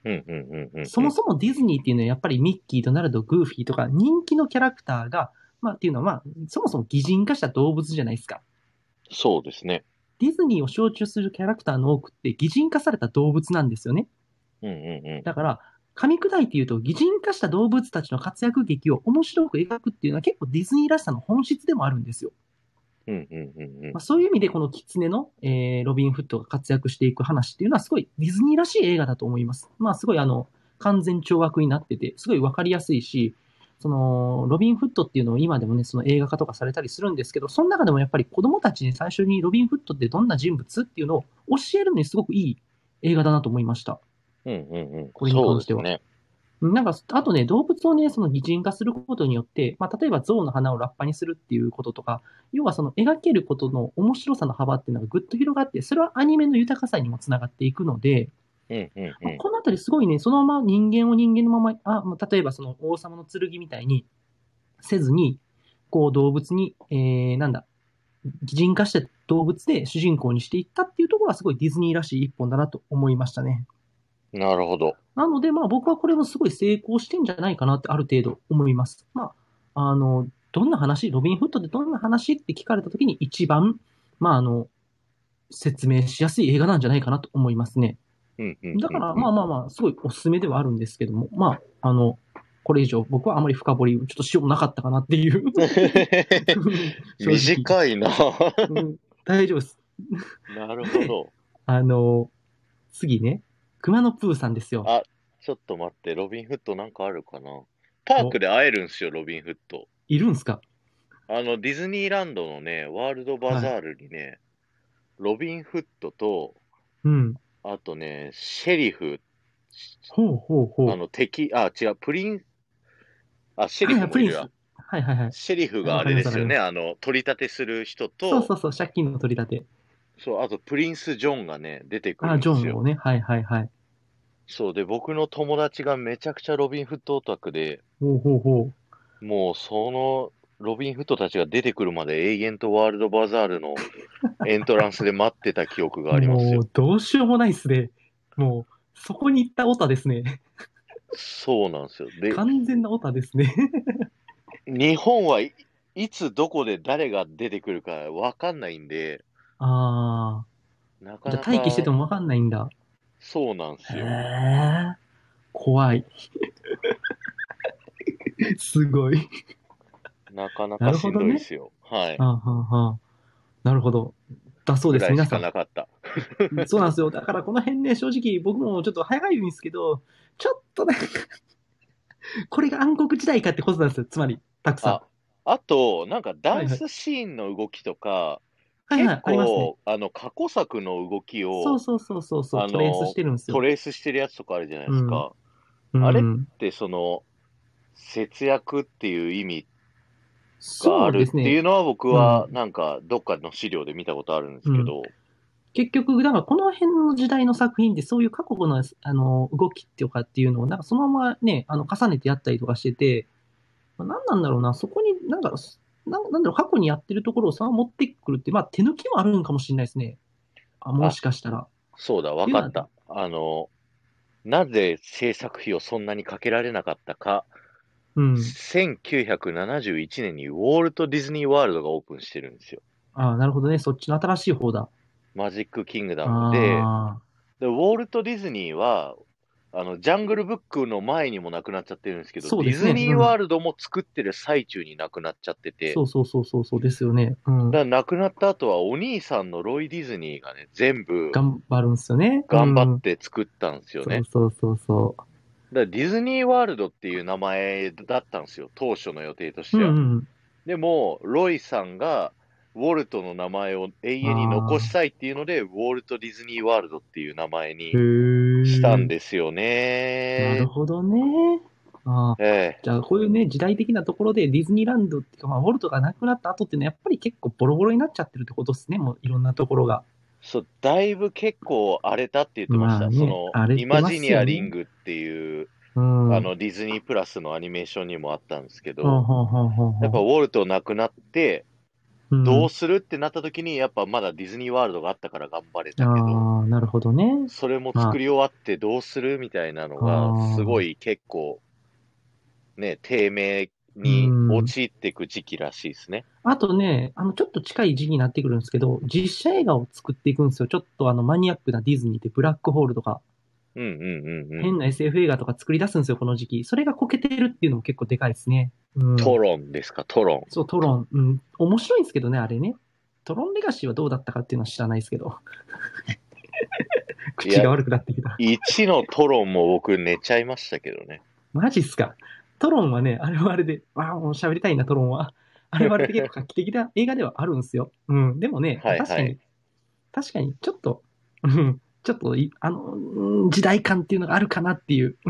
うんうんうんうんうん。 そもそもディズニーっていうのはやっぱりミッキー、ドナルド、グーフィーとか人気のキャラクターが、まあっていうのはまあ、そもそも擬人化した動物じゃないですか。 そうですね。 ディズニーを象徴するキャラクターの多くって擬人化された動物なんですよね。 うんうんうん。 だから、噛み砕いて言うと、擬人化した動物たちの活躍劇を面白く描くっていうのは結構ディズニーらしさの本質でもあるんですよ。 うんうんうんうん。 まあ、そういう意味で、このキツネの、えーロビン・フットが活躍していく話っていうのは、すごいディズニーらしい映画だと思います。まあ、すごいあの、完全懲悪になってて、すごいわかりやすいし、その、ロビン・フットっていうのを今でもね、その映画化とかされたりするんですけど、その中でもやっぱり子供たちに最初にロビン・フットってどんな人物っていうのを教えるのにすごくいい映画だなと思いました。 うんうんうん。 これに関しては。 そうですね。 なんか、あとね、動物をね、その擬人化することによって、まあ、例えば象の鼻をラッパにするっていうこととか、要はその描けることの面白さの幅っていうのがぐっと広がって、それはアニメの豊かさにもつながっていくので、 うんうんうまあ、 ん。 このあたりすごいね、そのまま人間を人間のまま、あ、まあ、例えばその王様の剣みたいにせずに、こう動物に、えー、なんだ、擬人化して動物で主人公にしていったっていうところはすごいディズニーらしい一本だなと思いましたね。 なるほど。 なので、まあ僕はこれもすごい成功してんじゃないかなってある程度思います。まあ、あの、どんな話、ロビンフットでどんな話って聞かれたときに一番、まああの、説明しやすい映画なんじゃないかなと思いますね。 うんうんだからうんうん。 まあまあまあ、すごいおすすめではあるんですけども、まあ、あの、これ以上僕はあまり深掘りちょっとしようもなかったかなっていう正直、 短いな。 うん、大丈夫です。 なるほで、 ど。 あの、次ね、熊野プーさんですよ。 あ、ちょっと待って、ロビンフットなんかあるかな。パーお、 クで会えるんすよ、ロビンフット。 いるんすか？ あの、ディズニーランドのね、ワールドバはい。 ザールにね、ロビンフットと、 うん。 あとね、シェリフ、 ほうほうほう。 あの、敵、あ、違う、プリン、あ、シェリはいはい、 フもいるや。 プリンス。はいはいはい。 シェリフはい、 があわかります、われですよね、 かります。 あの、取り立てする人と、 そうそうそう、借金の取り立て。 そう、あとプリンス・ジョンがね、出てくあ、 るんですよ。 ジョンをね。はいはいはい。 そうで、僕の友達がめちゃくちゃロビンフットオタクで、 ほうほうほもうそのロビンフットたちが出てくるまで永遠とワールドバザールのエントランスで待ってた記憶がう。 ありますよ。 もう、どうしようもないっすね。もう、そこに行ったオタですね。 そうなんですよ。で、 完全なオタですね。 日本はい、いつどこで誰が出てくるかわかんないんで、 ああ。 なかじゃあ待機してなかてもわかんないんだ。 そうなんでへすよ。 え。怖い。すごい。 なかななかしんるほどね。 どいですよ。はい。 はあ、はあはあ、なるほど。だそうです、 ぐらいしか皆さん。 なかった。 そうなんですよ。だからこの辺ね、正直僕もちょっと早いんですけど、ちょっとなんかこれが暗黒時代かってことなんですよ。つまり、たくさん。 あ、あと、なんかダはいはい。 ンスシーンの動きとか、結はいはい、ありますね。 構、あの、過去作の動きを、 そうそうそうそうそう、 あトレースしの、 てるんですよ。 トレースしてるやつとかあるじゃないでうん。 すか。 うあれっん。 て、その、節約っていう意味があそうですね。 るっていうのは僕は、 うん。 なんか、どっかの資料で見たことあるんですうん。 けど、 結局、だからこの辺の時代の作品ってそういう過去の、あの、動きっていうかっていうのを、なんかそのままね、あの、重ねてやったりとかしてて、まあ、何なんだろうな、そこになんか、な、なんだろう、過去にやってるところをそのまま持ってくるって、まあ手抜きもあるんかもしれないですね。あ、もあ、 しかしたら。っそうだ、わていうのは、 かった。あの、なぜ制作費をそんなにかけられなかったか、 うん。 せんきゅうひゃくななじゅういちねんにウォルト・ディズニー・ワールドがオープンしてるんですよ。 ああ、なるほどね。そっちの新しい方だ。 マジック・キングダムで、 ああ、 で、ウォルト・ディズニーは、あの、ジャングルブックの前にも亡くなっちゃってるんですけど、ディそうですね。 ズニーワーうん。 ルドも作ってる最中に亡くなっちゃってて、 そうそうそうそうそうですよね。うん。 だから亡くなった後はお兄さんのロイ・ディズニーがね、全部頑張るんすよね。う頑張っん。 て作ったんですよそうね。 そうそうそだからディズニーワールドっていう名前だったんですよ、当初の予定としう。うては。 んでも、ロイさんがウォルトの名前を永うん。 遠に残しあたいっていうので、ウォルト・ディズニーワールドっていう名前あ、へにしたんえ。 ですよね。 なるほどね。ああ。 ええ。 じゃあ、こういうね、時代的なところでディズニーランドっていうか、まあ、ウォルトが亡くなった後っていうのは、やっぱり結構ボロボロになっちゃってるってことですね。もういろんなところが。 そう、だいぶ結構荒れたって言ってました。そまあね、 の、 荒れてまイマジニすよね。 アリングっていう、 うん。はあの、ディズニープラスのアニメーションにもあったんですけあ、はど、 あはあはあはあ、 やっぱウォルト亡くなって、 うん。 どうするってなった時に、やっぱまだディズニーワールドがあったから頑張れたけど、 ああ、なるほどね。 それも作まり終わってどうするみたいなのあ、 が、 ああ、 すごい結構ね、低迷うにん。 陥っていく時期らしいですね。 あとね、あの、ちょっと近い時期になってくるんですけど、実写映画を作っていくんですよ。ちょっとあの、マニアックなディズニーでブラックホールとか、 うんうんうんうん。 変な エスエフ 映画とか作り出すんですよ、この時期。それがこけてるっていうのも結構でかいですね。うん。 トロンですか、トロン。 そう、トロン。うん。面白いんですけどね、あれね。トロンレガシーはどうだったかっていうのは知らないですけど。 いや、 口が悪くなってきた。 いちのトロンも僕寝ちゃいましたけどね。 マジっすか。トロンはね、あれはあれで、ああ、もう喋りたいな、トロンは。あれはあれで結構画期的な映画ではあるんですよ。うん。でもね、 はいはい。 確かに、確かに、ちょっと、うん、ちょっとい、あの、うん時代感っていうのがあるかなっていう。うん。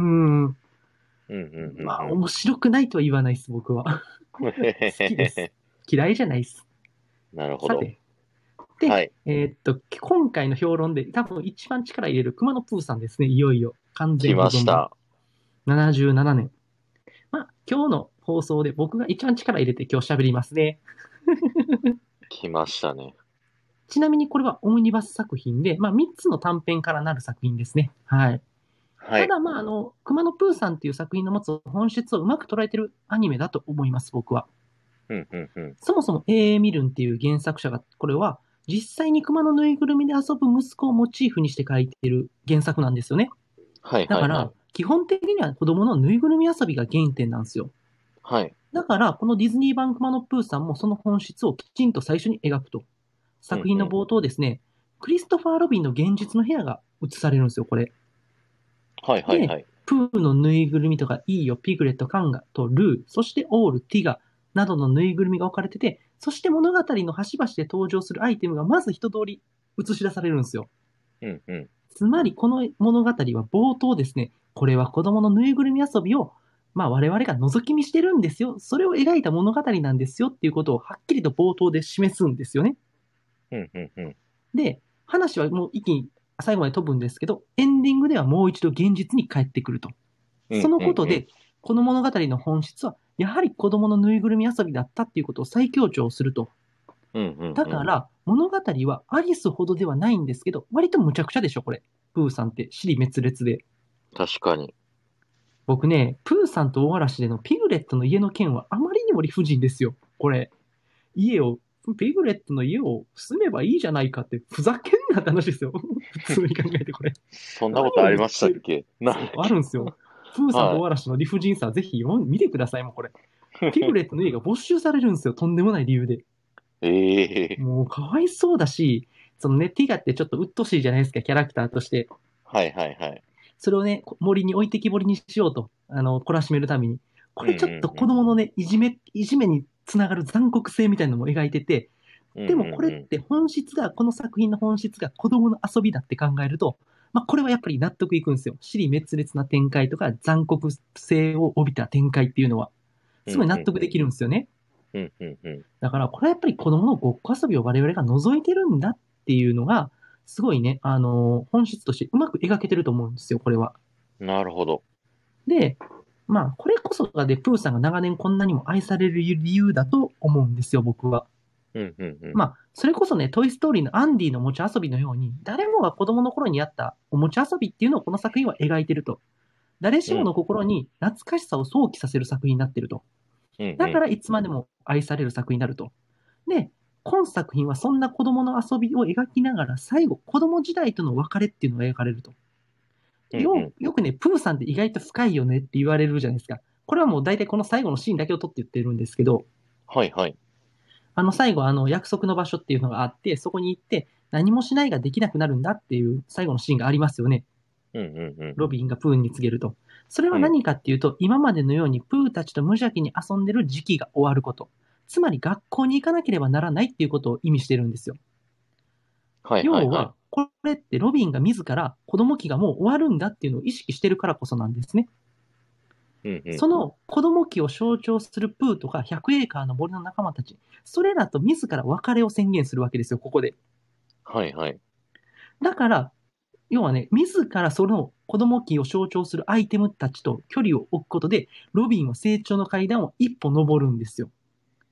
うんうんうんまあ、 うん。 面白くないとは言わないです、僕は。好きです。嫌いじゃないです。 なるほど。 さて、で、 はい。 えーっと、今回の評論で多分一番力入れる熊野プーさんですね。いよいよ。完来全保存版。 ました。 ななじゅうななねん。まあ、今日の放送で僕が一番力入れて今日喋りますね。 来ましたね。 ちなみにこれはオムニバス作品で、まあみっつの短編からなる作品ですね。はい。 はい。 ただまああの、熊野プーさんっていう作品の持つ本質をうまく捉えてるアニメだと思います、僕は。 うんうんうん。 そもそも エーエー ミルンっていう原作者が、これは実際に熊のぬいぐるみで遊ぶ息子をモチーフにして書いている原作なんですよね。 はいだから、 はいはい。 基本的には子供のぬいぐるみ遊びが原点なんですよ。 はい。 だから、このディズニー版くまのプーさんもその本質をきちんと最初に描くと。 うんうん。 作品の冒頭ですね、クリストファー・ロビンの現実の部屋が映されるんですよ、これ。で、 はいはいはい。 プーのぬいぐるみとか、イーヨ、ピグレット、カンガとルー、そしてオール、ティガなどのぬいぐるみが置かれてて、そして物語の端々で登場するアイテムがまず一通り映し出されるんですよ。 うんうん。 つまり、この物語は冒頭ですね、これは子供のぬいぐるみ遊びを、まあ我々が覗き見してるんですよ。それを描いた物語なんですよっていうことをはっきりと冒頭で示すんですよね。 うんうんうん。 で、話はもう一気に最後まで飛ぶんですけど、エンディングではもう一度現実に帰ってくると。そうんうんうん。 のことで、この物語の本質は、やはり子供のぬいぐるみ遊びだったっていうことを再強調すると。 うんうんうん。 だから、物語はアリスほどではないんですけど、割と無茶苦茶でしょ、これ。プーさんって尻滅裂で。 確かに。 僕ね、プーさんと大嵐でのピグレットの家の件はあまりにも理不尽ですよ。これ。家を、ピグレットの家を住めばいいじゃないかって、ふざけんなって話ですよ。普通に考えてこれ。 そんなこと何をありました言ってる。 っけ？なんだっそう、あけ？ るんですよ。プーさんとは大嵐の理不尽さ、ぜひ読ん見てください、もうこれ。ピグい。 レットの家が没収されるんですよ。とんでもない理由で。 ええ。 もうかわいそうだし、そのね、ティガってちょっと鬱陶しいじゃないですか、キャラクターとして。 はいはいはい。 それをね、森に置いてきぼりにしようと、あの、懲らしめるために。こうんれちょっとうんうん。 子供のね、いじめ、いじめにつながる残酷性みたいなのも描いてて、 うんでもこれっうんて本質が、この作品の本質が子供の遊びだって考えると、まあこれはやっぱり納得いくんですよ。尻滅裂な展開とか残酷性を帯びた展開っていうのは、 うん。うすごい納得でんうんうん。 きるんですよね。 うんうんうん。 だからこれはやっぱり子供のごっこ遊びを我々が覗いてるんだっていうのが、すごいね、あの本質としてうまく描けてると思うんですよ、これは。 なるほど。 で、まあ、これこそがで、プーさんが長年こんなにも愛される理由だと思うんですよ、僕は。 うんうんうん。 まあ、それこそね、トイ・ストーリーのアンディのおもちゃ遊びのように、誰もが子供の頃にあったおもちゃ遊びっていうのをこの作品は描いてると。誰しものうん心に懐かしさを想起させる作品になってると。 うんうん。 だからいつまでも愛される作品になると。で、今作品はそんな子供の遊びを描きながら、最後、子供時代との別れっていうのが描かれると。よ、 うんうん。 よくね、プーさんって意外と深いよねって言われるじゃないですか。これはもう大体この最後のシーンだけを撮って言ってるんですけど、 はいはい。 あの最後、あの約束の場所っていうのがあって、そこに行って何もしないができなくなるんだっていう最後のシーンがありますよね。 うんうんうん。 ロビンがプーに告げると。それはうん。 何かっていうと、今までのようにプーたちと無邪気に遊んでる時期が終わること。つまり学校に行かなければならないっていうことを意味してるんですよ。 はいはいはい。 要は、これってロビンが自ら子供期がもう終わるんだっていうのを意識してるからこそなんですね。 うんうん。 その子供期を象徴するプーとかひゃくエーカーの森の仲間たち、それらと自ら別れを宣言するわけですよ、ここで。 はいはい。 だから、要はね、自らその子供期を象徴するアイテムたちと距離を置くことで、ロビンは成長の階段を一歩登るんですよ。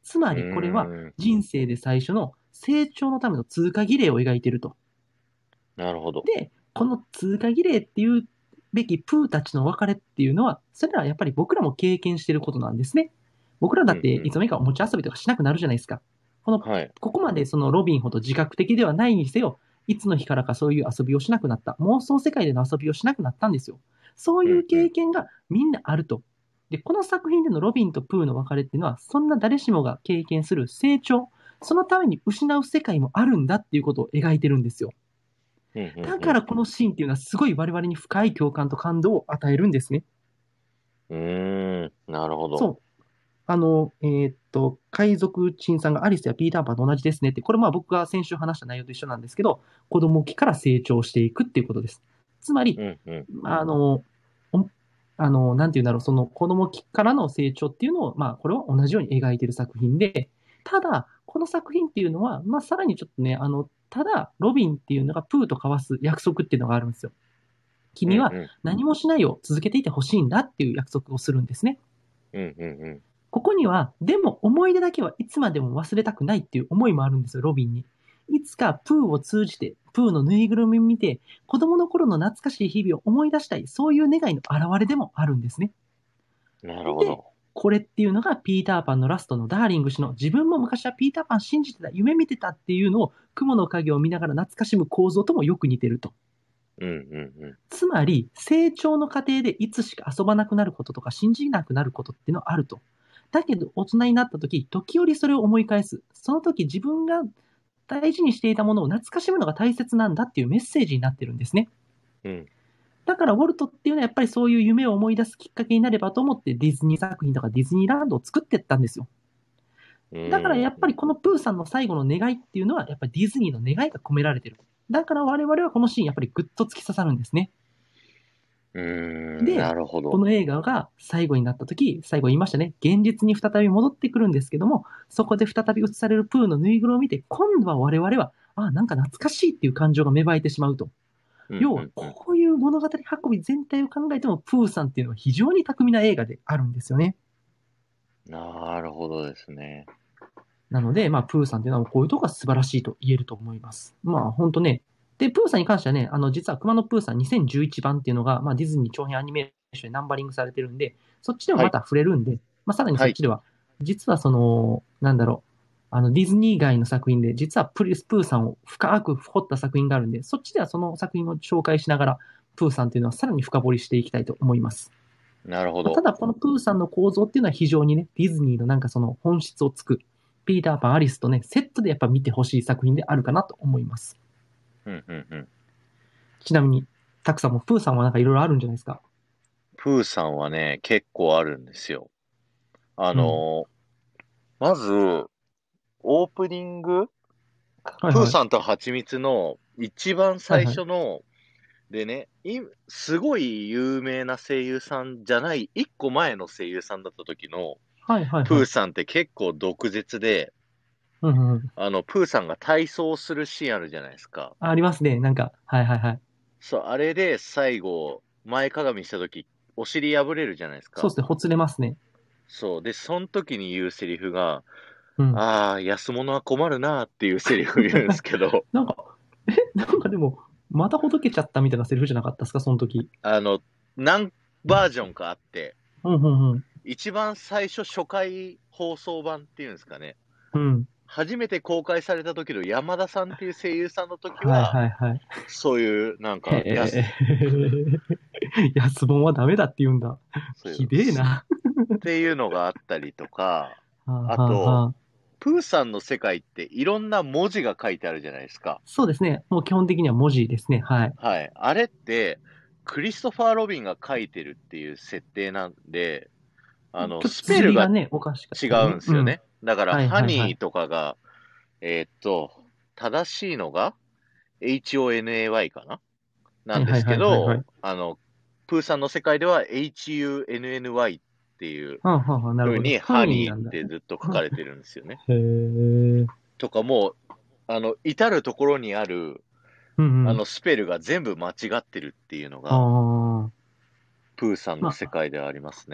つまうりこれはーん。 人生で最初の成長のための通過儀礼を描いていると。 なるほど。 で、この通過儀礼っていうべきプーたちの別れっていうのは、それらはやっぱり僕らも経験していることなんですね。僕らだってうんうん。 いつの間にかおもちゃ遊びとかしなくなるじゃないですか。この、 はい。 ここまでそのロビンほど自覚的ではないにせよ、いつの日からかそういう遊びをしなくなった。妄想世界での遊びをしなくなったんですよ。そういううんうん。 経験がみんなあると。で、この作品でのロビンとプーの別れっていうのは、そんな誰しもが経験する成長、そのために失う世界もあるんだっていうことを描いてるんですよ。 うんうんだからこのシーンっていうのはすごい我々に深い共感と感動を与えるんですね。 うん。うーん。なるほど。 そう。あの、えーっと、海賊陳さんがアリスやピーターパンと同じですねって、これまあ僕が先週話した内容と一緒なんですけど、子供期から成長していくっていうことです。つまり、 うんうん。 あの、おあの、なんていうんだろう、その子供期からの成長っていうのを、まあこれは同じように描いている作品で、ただ、この作品っていうのは、まあさらにちょっとね、あの、ただ、ロビンっていうのがプーと交わす約束っていうのがあるんですよ。君はうんう何もしないを続けていてほしいんだっていう約束をするんですね。 ん。うんうんうん。 ここには、でも思い出だけはいつまでも忘れたくないっていう思いもあるんですよ、ロビンに。いつかプーを通じて、プーのぬいぐるみを見て、子供の頃の懐かしい日々を思い出したい、そういう願いの表れでもあるんですね。で、 なるほど。 これっていうのがピーターパンのラストのダーリング氏の自分も昔はピーターパン信じてた、夢見てたっていうのを雲の影を見ながら懐かしむ構造ともよく似てると。 うんうんうつまり、成長の過程でいつしか遊ばなくなることとか信じなくなることっていうのはあると。だけど、大人になった時、時折それを思い返す。その時自分が大事にしていたものを懐かしむのが大切なんだっていうメッセージになってるんですね。 ん。うん。 だから、ウォルトっていうのはやっぱりそういう夢を思い出すきっかけになればと思ってディズニー作品とかディズニーランドを作っていったんですよ。 うだからやん。 っぱりこのプーさんの最後の願いっていうのはやっぱりディズニーの願いが込められてる。だから我々はこのシーンやっぱりグッと突き刺さるんですね。 うーん。なで、 るほど。 この映画が最後になった時、最後言いましたね。現実に再び戻ってくるんですけども、そこで再び映されるプーのぬいぐるみを見て、今度は我々は、あ、なんか懐かしいっていう感情が芽生えてしまうと。 うん要は、 うんうん。 こういう物語運び全体を考えても、プーさんっていうのは非常に巧みな映画であるんですよね。 なるほどですね。 なので、まあ、プーさんっていうのはこういうとこが素晴らしいと言えると思います。まあ、本当ね。で、プーさんに関してはね、あの、実は熊野プーさんにせんじゅういちばんっていうのが、まあ、ディズニー長編アニメーションでナンバリングされてるんで、そっちでもはい。 また触れるんで、まあ、さらにはい。 そっちでは、実はその、なんだろう、あの、ディズニー以外の作品で、実はプリス・プーさんを深く掘った作品があるんで、そっちではその作品を紹介しながら、プーさんっていうのはさらに深掘りしていきたいと思います。まあ、たなるほど。 だ、このプーさんの構造っていうのは非常にね、ディズニーのなんかその本質をつく、ピーターパン、アリスとね、セットでやっぱ見てほしい作品であるかなと思います。 うんうんうん。 ちなみに、たくさんもプーさんはなんかいろいろあるんじゃないですか。 プーさんはね、結構あるんですよ。あうん。 のまず、オープニング、 はいはい。 プーさんと蜂蜜の一番最はいはい。 初の、でね、いすごい有名な声優さんじゃない、一個前の声優さんだった時の、 はいはいはい。 プーさんって結構毒舌で、 うんうん。 あの、プーさんが体操するシーンあるじゃないですか。 ありますね。なんか、はいはいはい。 そう、あれで最後、前かがみした時、お尻破れるじゃないですか。 そうですね。ほつれますね。 そう。で、その時に言うセリフが、 うん。 ああ、安物は困るなーっていうセリフを言うんですけど、 なんか、え、なんかでも、またほどけちゃったみたいなセリフじゃなかったですか、その時。 あの、何バージョンかあって、 うんうんうん。 一番最初初回放送版っていうんですかね。 うん。 初めて公開された時の山田さんっていう声優さんの時はいは、 はいはい。 そういう、なんへか、やす、 え。安本はダメだって言うんだ。ひそういう、すでえな。 っていうのがあったりとか、 はあはああと、 はあ。 プーさんの世界っていろんな文字が書いてあるじゃないですか。 そうですね。もう基本的には文字ですね。はい。 はい。あれって、クリストファー・ロビンが書いてるっていう設定なんで、あの、 ちょっとスペルが綴りがね、おかしかっ違たりね。うん。 うんですよね。だから、 はいハはいはい。 ニーとかが、えーっと、正しいのが エイチオーエヌエーワイ かななんですはいはいはいはいはけど、 い。 あの、プーさんの世界では エイチユーエヌエヌワイ っていうはあはあはあ、なるほど。 風に、 ハハニーっニーなんだ。 てずっと書うんかれてるんですよね。 へえ。 とかもう、あの、至るところにある、 うんうん。 あの、スペルが全部間違ってるっていうのあが、 あ。 プーさんのまあ、 世界ではありますね。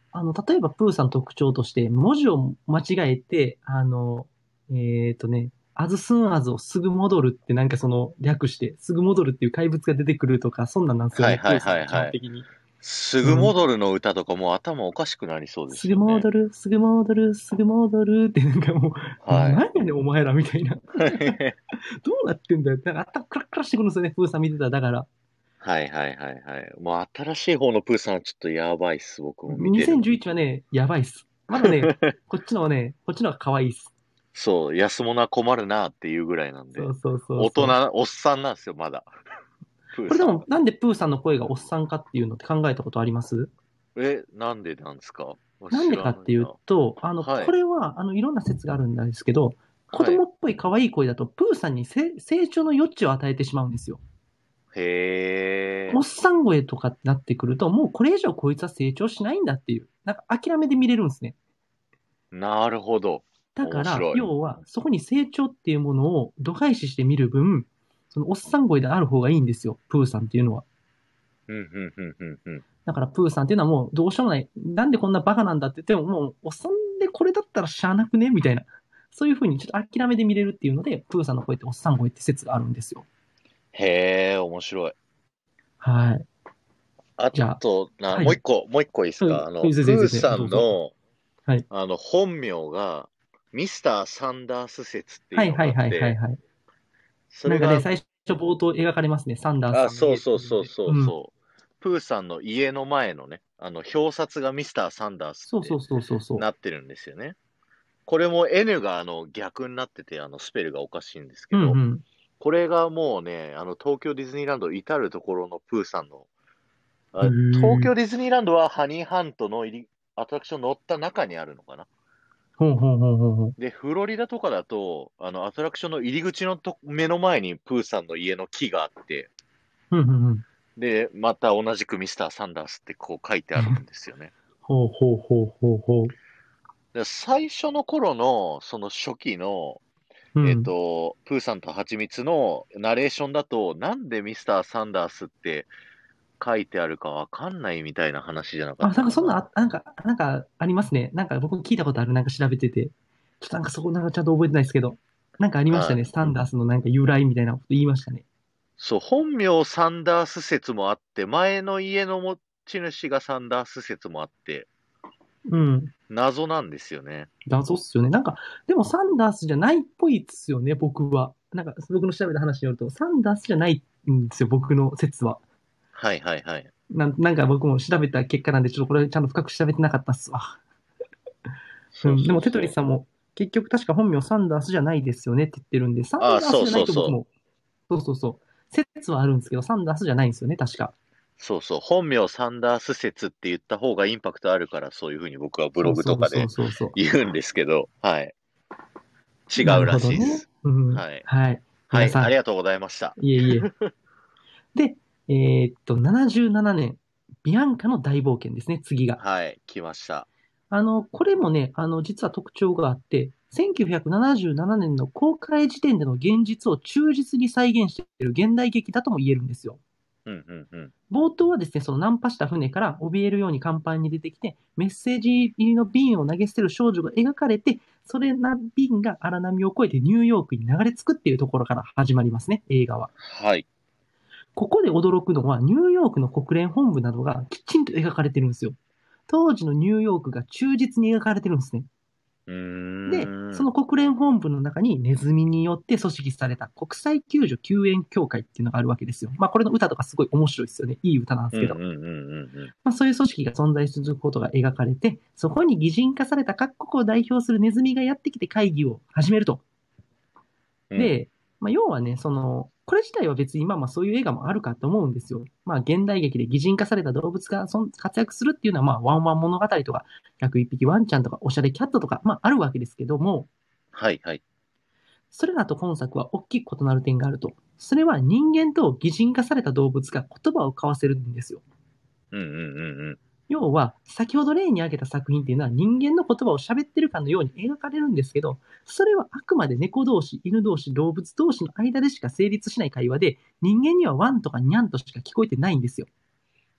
あの、例えばプーさんの特徴として、文字を間違えて、あの、えっとね、as soon as をすぐ戻るってなんかその略して、すぐ戻るっていう怪物が出てくるとか、そんなんなんですよね、プはいはいーさんって基はいはい。 本的に。 すぐうん。 戻るの歌とかもう頭おかしくなりそうですぐすよね。 戻る、すぐ戻る、すぐ戻るってなんかもう、 はい。 何やねんお前らみたいな。どうなってんだよ。なんか頭クラックラしてくるんですよね、プーさん見てたら。だから、 はいはいはいはい。もう新しい方のプーさんはちょっとやばいっす、僕も見てるの。 にせんじゅういちはね、やばいっす。まだね、こっちのはね、こっちのは可愛いっす。 そう、安物は困るなっていうぐらいなんで。 そうそうそうそう。 大人、おっさんなんですよ、まだ。プーこれでも、 さんは。 なんでプーさんの声がおっさんかっていうのって考えたことあります？ え、なんでなんですか？ なん知でかっていうらないな。 と、あの、 はい。 これは、あの、いろんな説があるんですけど、子はい。 供っぽい可愛い声だと、プーさんにせ成長の余地を与えてしまうんですよ。 へえ。 おっさん声とかってなってくると、もうこれ以上こいつは成長しないんだっていう、なんか諦めで見れるんですね。 なるほど。 だから、 面白い。 要は、そこに成長っていうものを度外視して見る分、そのおっさん声である方がいいんですよ、プーさんっていうのは。 うん、うん、うん、うん、うん。 だから、プーさんっていうのはもうどうしようもない。なんでこんなバカなんだって言っても、もう、おっさんでこれだったらしゃあなくねみたいな。そういうふうにちょっと諦めで見れるっていうので、プーさんの声っておっさん声って説があるんですよ。 へえ、面白い。 はい。 あじゃあ、 と、な、 はい。 もう一個、もう一個いいですうん、 か？あの、 全然全然全然、 プーさどうぞ。 んの、 はい。 あの、本名が、ミスター・サンダース説っていうのがはいはいはいはいあって、 はい。なんかね、 それが、 最初冒頭描かれますね。サンダースあ、 さんの家っそうそうていうので。 そうそううん。 そう。プーさんの家の前のね、あの、表札がミスター・サンダースってそうそうそうそうそなってるんですよね。これも N があの逆になってて、あのスペルがおかしいんですう。 けど、 うんうん。 これがもうね、あの東京ディズニーランド至るところのプーさんの、 へあ、東え。 京ディズニーランドはハニーハントの入り、アトラクション乗った中にあるのかな。 ほうほうほうほうほう。 で、フロリダとかだと、あのアトラクションの入り口のと目の前にプーさんの家の木があって、 うんうんうん。 で、また同じくミスターサンダースってこう書いてあるんですよね。 ほうほうほうほうほう。 で最初の頃の、その初期の、えっうん。 と、プーさんとハチミツのナレーションだと、なんでミスターサンダースって書いてあるかわかんないみたいな話じゃなかあ、 ったかな。 なんかそんな、あなんか、なんかありますね。なんか僕聞いたことある。なんか調べてて。ちょっとなんかそこなんかちゃんと覚えてないですけど。なんかありましたね。 はい。 スタンダースのなんか由来みたいなこと言いましたね。 そう、本名サンダース説もあって、前の家の持ち主がサンダース説もあって、 うん。 謎なんですよね。 謎っすよね。なんか、でもサンダースじゃないっぽいっすよね、僕は。なんか、僕の調べた話によると、サンダースじゃないんですよ、僕の説は。 はいはいはい。 なん、なんか僕も調べた結果なんで、ちょっとこれちゃんと深く調べてなかったっすわ。うそうん。でも、テトリスそうそう。 さんも、結局確か本名サンダースじゃないですよねって言ってるんで、サああ、そうンダースじゃなそうそう。 いと僕も、そうそうそう。説はあるんですけど、サンダースじゃないんですよね、確か。 そうそう。本名サンダース説って言った方がインパクトあるから、そういうふうに僕はブロそうそうそうグとかでそうそ言うんですけど、はい。違う。なるうらほどね。 しいです。 うん。 はい。 はい。 はい、 皆さん、 ありがとうございました。 いえいえ。で、えーっと、ななじゅうななねん、ビアンカの大冒険ですね、次が。 はい、来ました。 あの、これもね、あの、実は特徴があって、せんきゅうひゃくななじゅうななねんの公開時点での現実を忠実に再現している現代劇だとも言えるんですよ。 うん、うん、うん。 冒頭はですね、そのナンパした船から怯えるように甲板に出てきて、メッセージ入りの瓶を投げ捨てる少女が描かれて、それな瓶が荒波を越えてニューヨークに流れ着くっていうところから始まりますね、映画は。 はい。 ここで驚くのは、ニューヨークの国連本部などがきちんと描かれてるんですよ。当時のニューヨークが忠実に描かれてるんですね。 うで、 ーん。 その国連本部の中にネズミによって組織された国際救助救援協会っていうのがあるわけですよ。まあこれの歌とかすごい面白いですよね。いい歌なんでうん、うん、 すけど。 うん、うん。うん。 まあそういう組織が存在することが描かれて、そこに擬人化された各国を代表するネズミがやってきて会議を始めると。 うん。 で、まあ、要はね、その、これ自体は別にまあまあそういう映画もあるかと思うんですよ。まあ現代劇で擬人化された動物がそん活躍するっていうのはまあワンワン物語とか、ひゃくいっぴきワンちゃんとか、おしゃれキャットとか、まああるわけですけども、 はい、はい。 それらと今作は大きく異なる点があると。それは人間と擬人化された動物が言葉を交わせるんですよ。 うん、うん、うん、うん。 要は、先ほど例に挙げた作品っていうのは人間の言葉を喋ってるかのように描かれるんですけど、それはあくまで猫同士、犬同士、動物同士の間でしか成立しない会話で、人間にはワンとかニャンとしか聞こえてないんですよ。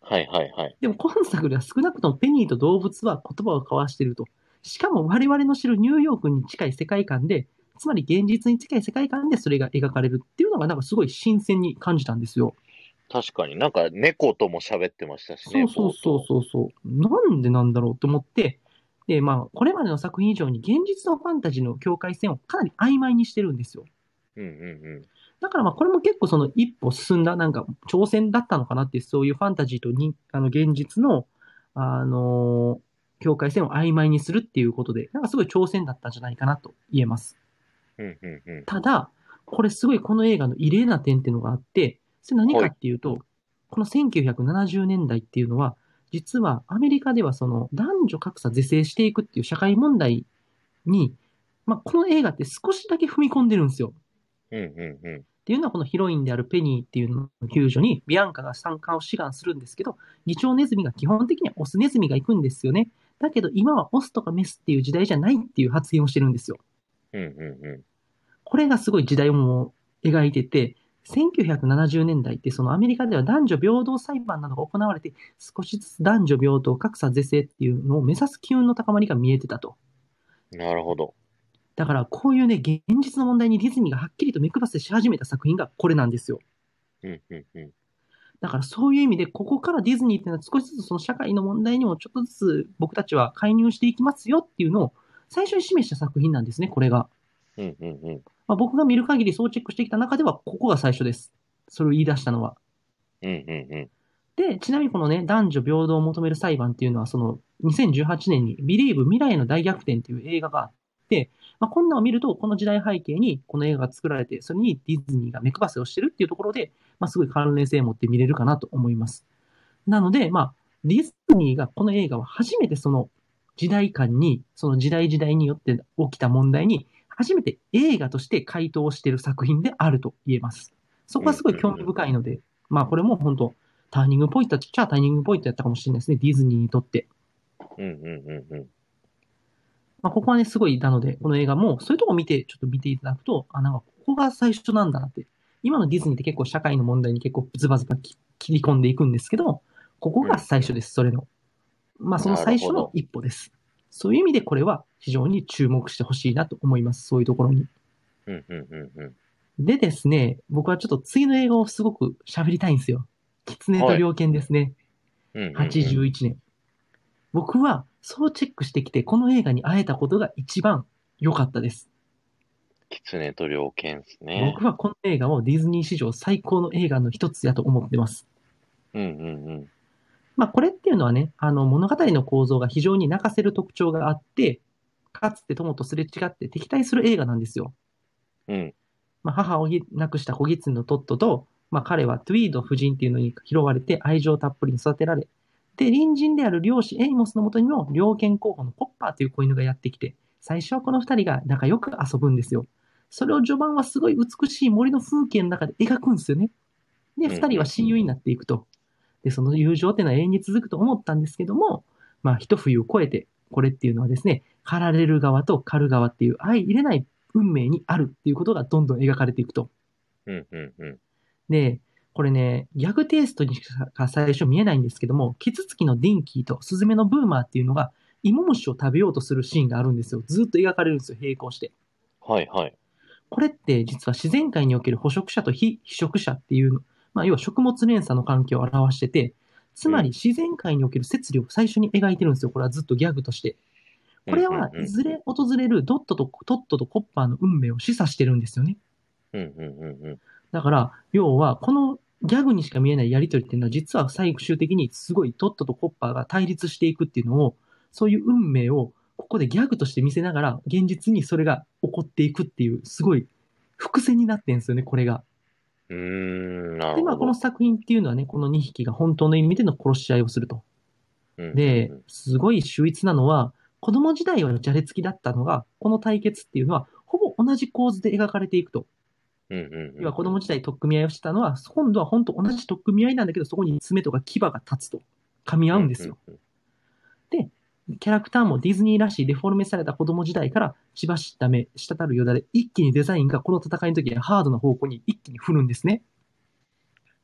はいはいはい。 でも今作では少なくともペニーと動物は言葉を交わしていると。しかも我々の知るニューヨークに近い世界観で、つまり現実に近い世界観でそれが描かれるっていうのがなんかすごい新鮮に感じたんですよ。 確かになんか猫とも喋ってましたしね、 そうそうそう冒頭。 そうそう。なんでなんだろうと思って、で、まあ、これまでの作品以上に現実とファンタジーの境界線をかなり曖昧にしてるんですよ。 うんうんだからまあ、これも結構その一歩進んだなんか挑戦だったのかなっていう、そういうファンタジーとに、あの、現実の、あのー境界線を曖昧にするっていうことで、なんかすごい挑戦だったんじゃないかなと言えます。 うん。うんうんうん。 ただ、これすごいこの映画の異例な点っていうのがあって、それ何かはい。 っていうと、このせんきゅうひゃくななじゅうねんだいっていうのは、実はアメリカではその男女格差是正していくっていう社会問題に、まあ、この映画って少しだけ踏み込んでるんですよ。 うんうんうん。 っていうのはこのヒロインであるペニーっていうのの救助にビアンカが参加を志願するんですけど、議長ネズミが基本的にはオスネズミが行くんですよね。だけど今はオスとかメスっていう時代じゃないっていう発言をしてるんですよ。 うんうんうこれがすごい時代をも描いてて、せんきゅうひゃくななじゅうねんだいってそのアメリカでは男女平等裁判などが行われて、少しずつ男女平等、格差是正っていうのを目指す機運の高まりが見えてたと。 ん。なるほど。 だからこういうね、現実の問題にディズニーがはっきりと目配せし始めた作品がこれなんですよ。 うんうんうん。 だからそういう意味で、ここからディズニーっていうのは少しずつその社会の問題にもちょっとずつ僕たちは介入していきますよっていうのを最初に示した作品なんですね、これが。 うんうんうん。 まあ、僕が見る限りそうチェックしてきた中では、ここが最初です。それを言い出したのは。 うんうんうん。 で、ちなみにこのね、男女平等を求める裁判っていうのは、そのにせんじゅうはちねんに Believe 未来の大逆転っていう映画があって、まあ、こんなのを見ると、この時代背景にこの映画が作られて、それにディズニーが目配せをしてるっていうところで、まあ、すごい関連性を持って見れるかなと思います。なので、まあ、ディズニーがこの映画は初めてその時代感に、その時代時代によって起きた問題に、初めて映画として回答している作品であると言えます。そこはすうんごい興味うんうん。 深いので、まあこれも本当、ターニングポイントっちゃターニングポイントやったかもしれないですね、ディズニーにとって。 うんうんうんうん。 まあここはね、すごい、なので、この映画も、そういうとこを見て、ちょっと見ていただくと、あ、なんかここが最初なんだなって。今のディズニーって結構社会の問題に結構ズバズバ切り込んでいくんですけど、ここがうんう最初です、それの。まあ、そのなる最初のほど。 一歩です。そういう意味でこれは非常に注目してほしいなと思います。そういうところに。 うんうんうんうん。 でですね、僕はちょっと次の映画をすごく喋りたいんですよ。狐とはい。 猟犬ですね。 うんうんうん。 はちじゅういちねん。僕はそうチェックしてきて、この映画に会えたことが一番良かったです。 狐と猟犬ですね。 僕はこの映画をディズニー史上最高の映画の一つやと思ってます。 うんうんうん。 まあ、これっていうのはね、あの物語の構造が非常に泣かせる特徴があって、かつて友とすれ違って敵対する映画なんですよ。 うん。 まあ、母を亡くした子狐のトットと、まあ、彼はトゥイード夫人っていうのに拾われて愛情たっぷりに育てられ、で、隣人である漁師エイモスのもとにも猟犬候補のポッパーという子犬がやってきて、最初はこの二人が仲良く遊ぶんですよ。それを序盤はすごい美しい森の風景の中で描くんですよね。で、 うん二人はうんうん。 親友になっていくと。で、その友情っていうのは永遠に続くと思ったんですけども、まあ、一冬を越えて、これっていうのはですね、狩られる側と狩る側っていう相入れない運命にあるっていうことがどんどん描かれていくと。 うんうんうん。 で、これね、ギャグテイストにしか最初見えないんですけども、キツツキのディンキーとスズメのブーマーっていうのが、芋虫を食べようとするシーンがあるんですよ。ずっと描かれるんですよ、並行して。 はいはい。 これって実は自然界における捕食者と非被食者っていう、まあ、要は食物連鎖の関係を表してて、つまりうん。 自然界における摂理を最初に描いてるんですよ。これはずっとギャグとして。 うこれんうんうん。 はいずれ訪れるドットとトットとコッパーの運命を示唆してるんですよね。 うんうんうんうん。 だから、要は、このギャグにしか見えないやりとりっていうのは、実は最終的にすごいトットとコッパーが対立していくっていうのを、そういう運命をここでギャグとして見せながら、現実にそれが起こっていくっていう、すごい伏線になってんですよね、これが。 うーん、なで、まあ、このるほど。 作品っていうのはね、このにひきが本当の意味での殺し合いをすると。 うんうんで、 うん。 すごい秀逸なのは、子供時代はじゃれつきだったのが、この対決っていうのは、ほぼ同じ構図で描かれていくと。 うんうん要は子うんうん。 供時代取っ組み合いをしたのは、今度は本当同じ取っ組み合いなんだけど、そこに爪とか牙が立つと。噛み合うんうんですよ。 うんうん。 で、キャラクターもディズニーらしいデフォルメされた子供時代から血走った目、滴るよだれ、一気にデザインがこの戦いの時にハードな方向に一気に振るんですね。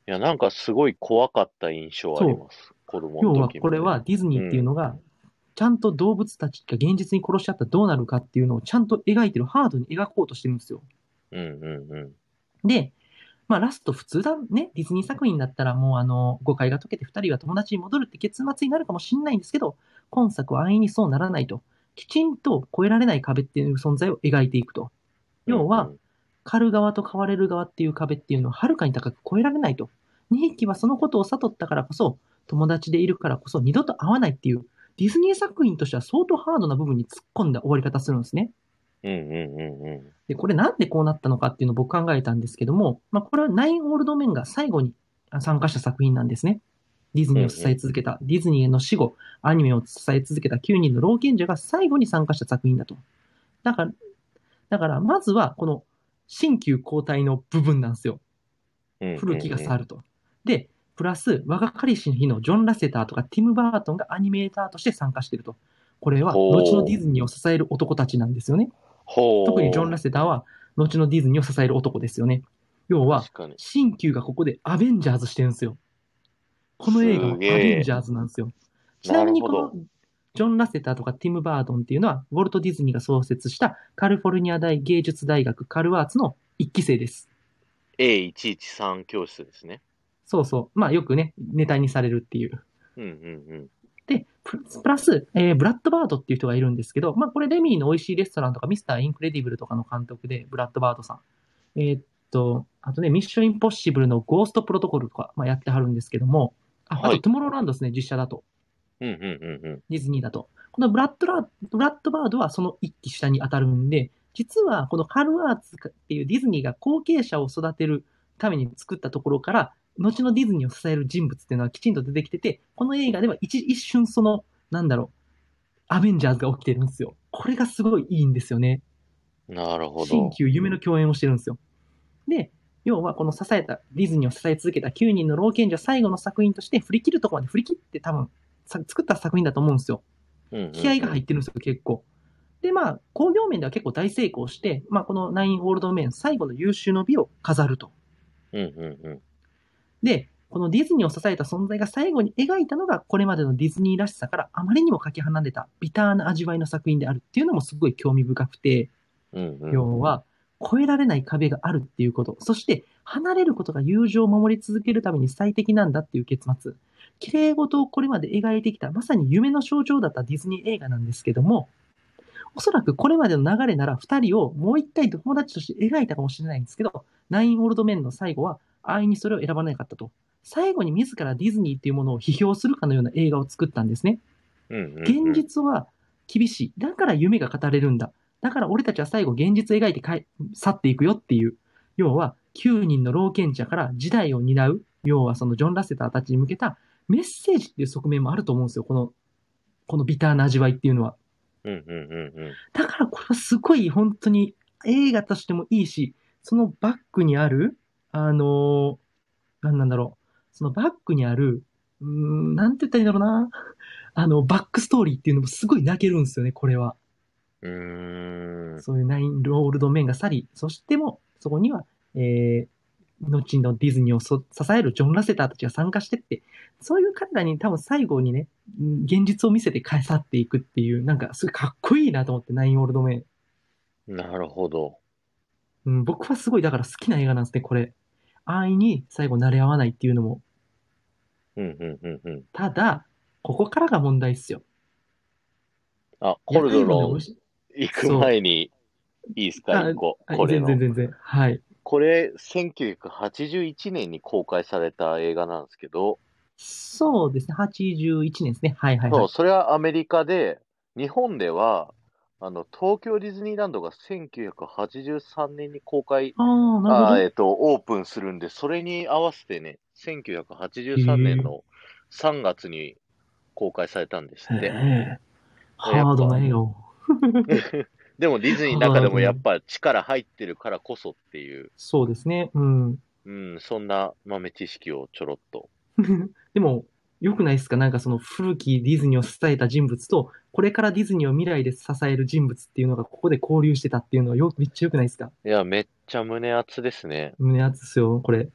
や、なんかすごい怖かった印象ありそう。 ます。子供の要は時見て。 これはディズニーっていううん。 のが、ちゃんと動物たちが現実に殺し合ったらどうなるかっていうのをちゃんと描いてる、ハードに描こうとしてるんですよ。 うんうんうん。 で、まあラスト普通だね、ディズニー作品だったらもうあの、誤解が解けて二人は友達に戻るって結末になるかもしれないんですけど、今作は安易にそうならないと。きちんと越えられない壁っていう存在を描いていくと。要は、 うんうん。 狩る側と飼われる側っていう壁っていうのをはるかに高く越えられないと。にひきはそのことを悟ったからこそ、友達でいるからこそ二度と会わないっていう、ディズニー作品としては相当ハードな部分に突っ込んだ終わり方するんですね。 うんうんうんうん。 で、これなんでこうなったのかっていうのを僕考えたんですけども、まあこれはナインオールドメンが最後に参加した作品なんですね。ディズニーを支えうん続けた、ディズニーへの死後、アニメを支え続けたきゅうにんの老賢者が最後に参加した作品だと。だから、だからまずはこの新旧交代の部分なんですよ。 うん。うん古きがうんうん。 去ると。で、プラス、若かりし日のジョン・ラセターとかティム・バートンがアニメーターとして参加していると。これは、後のディほう。 ズニーを支える男たちなんですよね。特にジョン・ラほう。 セターは、後のディズニーを支える男ですよね。要は、 確かに。 新旧がここでアベンジャーズしてるんですよ。この映画すもげえ。 アベンジャーズなんですよ。ちななみにこのるほど。 ジョン・ラセターとかティム・バートンっていうのは、ウォルト・ディズニーが創設したカリフォルニア大芸術大学カルアーツの一期生です。 エーいちいちさん 教室ですね。 そうそう。まあよくね、ネタにされるっていう。 うんうんで、プラス、えーブラッドバードっていう人がいるんですけど、まあこれレミーの美味しいレストランとかミスターインクレディブルとかの監督で、ブラッドバードさん。えーっと、あとね、ミッションインポッシブルのゴーストプロトコルとか、まあ、やってはるんですけども、あ、あはい。 とトゥモローランドですね、実写だと。 うんうんうんうん。 ディズニーだと。このブラッドラ、ブラッドバードはその一期下に当たるんで、実はこのカルアーツっていうディズニーが後継者を育てるために作ったところから、後のディズニーを支える人物っていうのはきちんと出てきてて、この映画では一一瞬その、なんだろう、アベンジャーズが起きてるんですよ。これがすごいいいんですよね。 なるほど。 新旧夢の共演をしてるんですよ。で、要はこの支えた、ディズニーを支え続けたきゅうにんの老賢者最後の作品として振り切るところまで振り切って多分作った作品だと思うんですよ。 うんう気合がんうん。 入ってるんですよ、結構。で、まあ、工業面では結構大成功して、まあ、このナインオールドメン最後の優秀の美を飾ると。 うんうんうん。 で、このディズニーを支えた存在が最後に描いたのが、これまでのディズニーらしさからあまりにもかけ離れたビターな味わいの作品であるっていうのもすごい興味深くて、 うんうん。 要は、越えられない壁があるっていうこと、そして離れることが友情を守り続けるために最適なんだっていう結末。綺麗事をこれまで描いてきた、まさに夢の象徴だったディズニー映画なんですけども、おそらくこれまでの流れなら二人をもう一回友達として描いたかもしれないんですけど、ナインオールドメンの最後は安易にそれを選ばなかったと。最後に自らディズニーっていうものを批評するかのような映画を作ったんですね。 うんうんう現ん。 実は厳しい。だから夢が語れるんだ。だから俺たちは最後現実を描いてかい去っていくよっていう。要はきゅうにんの老賢者から時代を担う。要はそのジョン・ラセターたちに向けたメッセージっていう側面もあると思うんですよ。この、このビターな味わいっていうのは。 うんうんうんうん。 だからこれはすごい本当に映画としてもいいし、そのバックにある、あのー、なんなんだろう。そのバックにある、うーん、なんて言ったらいいんだろうな。あの、バックストーリーっていうのもすごい泣けるんですよね、これは。 うーん。 そういうナインロールドメンが去り、そしても、そこには、えー、後のディズニーをそ支えるジョン・ラセターたちが参加してって、そういう彼らに多分最後にね、うん現実を見せて返さっていくっていう、なんかすごいかっこいいなと思って、ナインオールドメン。 なるほど。 うん、僕はすごいだから好きな映画なんですね、これ。安易に最後慣れ合わないっていうのも。 うんうんうんうん。 ただ、ここからが問題っすよ。 あ、コ野ルドロン太郎の牛。 行くそう。 前にいいですか、一あ、 個。 はい、全然これの。 全然。はい。 これ、せんきゅうひゃくはちじゅういちねんに公開された映画なんですけど、 そうですね。はちじゅういちねんですね。はいはいはそう、 い。 それはアメリカで、日本では、あの、東京ディズニーランドがせんきゅうひゃくはちじゅうさんねんに公開、 ああ、なるほあー、 ど。 えっと、オープンするんで、それに合わせてね、1983 へえ。 年のさんがつに公開されたんですへって。 え。ハードやっぱ、 な映画を。 でもディズニーの中でハードな。 もやっぱ力入ってるからこそっていう、 そうですね。うん。 うん、そんな豆知識をちょろっと。 でも、良くないですか？なんかその古きディズニーを支えた人物と、これからディズニーを未来で支える人物っていうのがここで交流してたっていうのはよ、めっちゃ良くないですか？ いや、めっちゃ胸熱ですね。 胸熱ですよ、これ。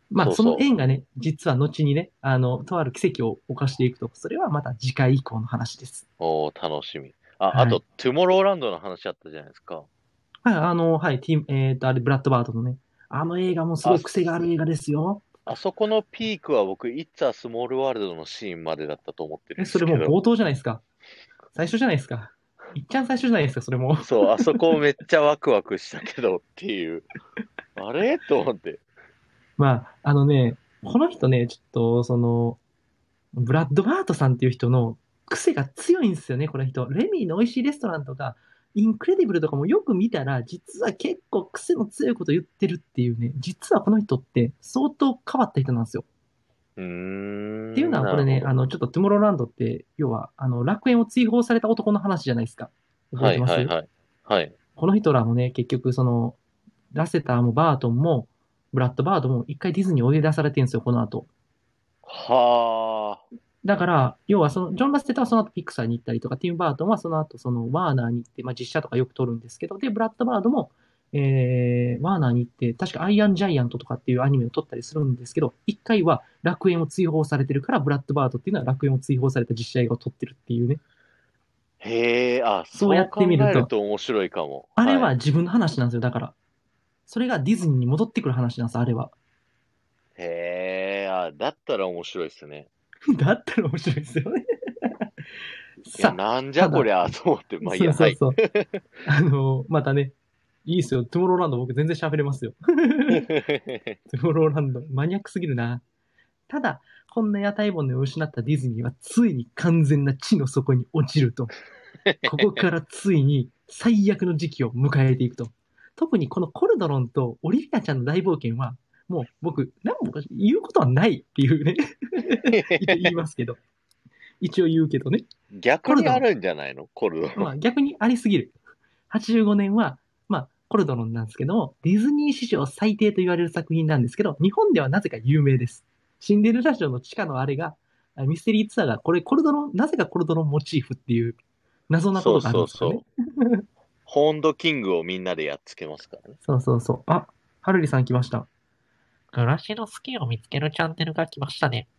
まあ、そのそうそう。 縁がね、実は後にね、あの、とある奇跡を起こしていくと、それはまた次回以降の話です。 おー、楽しみ。あ、あと、 はい。 トゥモローランドの話あったじゃないですか。 はい、あの、はい、ティム、えっと、あれ、ブラッドバートのね、あの映画もすごあ、 い癖がある映画ですよ。 あそこのピークは僕、イッツ・ア・スモール・ワールドのシーンまでだったと思ってるえ、 んですけど。 それもう冒頭じゃないですか。最初じゃないですか。いっちゃん最初じゃないですか、それも。 そう、あそこめっちゃワクワクしたけどっていう。あれと思って。 まあ、あのね、この人ね、ちょっと、その、ブラッド・バートさんっていう人の癖が強いんですよね、この人。レミーの美味しいレストランとか、インクレディブルとかもよく見たら、実は結構癖の強いこと言ってるっていうね、実はこの人って相当変わった人なんですよ。 うーっていうのん、 は、これね、 なるほど。 あの、ちょっとトゥモローランドって、要は、あの、楽園を追放された男の話じゃないですか。覚はいえてます？ はいはい。はい。 この人らもね、結局、その、ラセターもバートンも、ブラッド・バートも一回ディズニーに追い出されてるんですよ、この後。 はあ。 だから、要はその、ジョン・ラステタはその後ピクサーに行ったりとか、ティム・バートンはその後そのワーナーに行って、まあ実写とかよく撮るんですけど、で、ブラッド・バードも、えー、ワーナーに行って、確かアイアン・ジャイアントとかっていうアニメを撮ったりするんですけど、一回は楽園を追放されてるから、ブラッド・バードっていうのは楽園を追放された実写映画を撮ってるっていうね。 へえ、あ、 そうやそう考ってみると、 えると面白いかも。 あれはい。 は自分の話なんですよ、だから。それがディズニーに戻ってくる話なんです、あれは。 へえ、あ、だったら面白いですね。 だったら面白いですよね。 いや、 さあ、 なんじゃただ、 こりゃ、と思って。まあいいそうや、はい。 そうそう。あの、またね、いいっすよ。トゥモローランド僕全然喋れますよ。トゥモローランド、マニアックすぎるな。ただ、こんな屋台骨を失ったディズニーはついに完全な地の底に落ちると。ここからついに最悪の時期を迎えていくと。特にこのコルドロンとオリビアちゃんの大冒険は、もう僕、何も言うことはないっていうね一応言いますけど。一応言うけどね。コルドロ逆にあるんじゃないのコルドン。まロ。 あ逆にありすぎる。はちじゅうごねんは、まあ、コルドロンなんですけども、ディズニー史上最低と言われる作品なんですけど、日本ではなぜか有名です。シンデレラ城の地下のあれが、ミステリーツアーが、これコルドロン、なぜかコルドロンモチーフっていう謎なこそうとがあるんですよね。 そうそう。ホーンドキングをみんなでやっつけますからね。 そうそうそう。あ、ハルリさん来ました。暮らしの好きを見つけるチャンネルが来ましたね。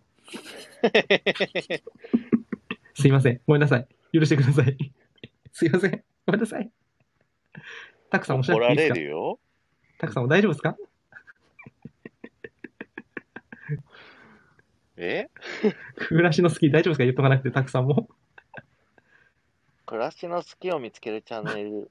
すいません。ごめんなさい。許してください。すいません。ごめんなさい。たくさんおっしゃ怒らっていいですか？ れるよ。 たくさんも大丈夫ですか？ え暮らしの好き大丈夫ですか？言っとかなくて、たくさんも。 暮らしの好きを見つけるチャンネル。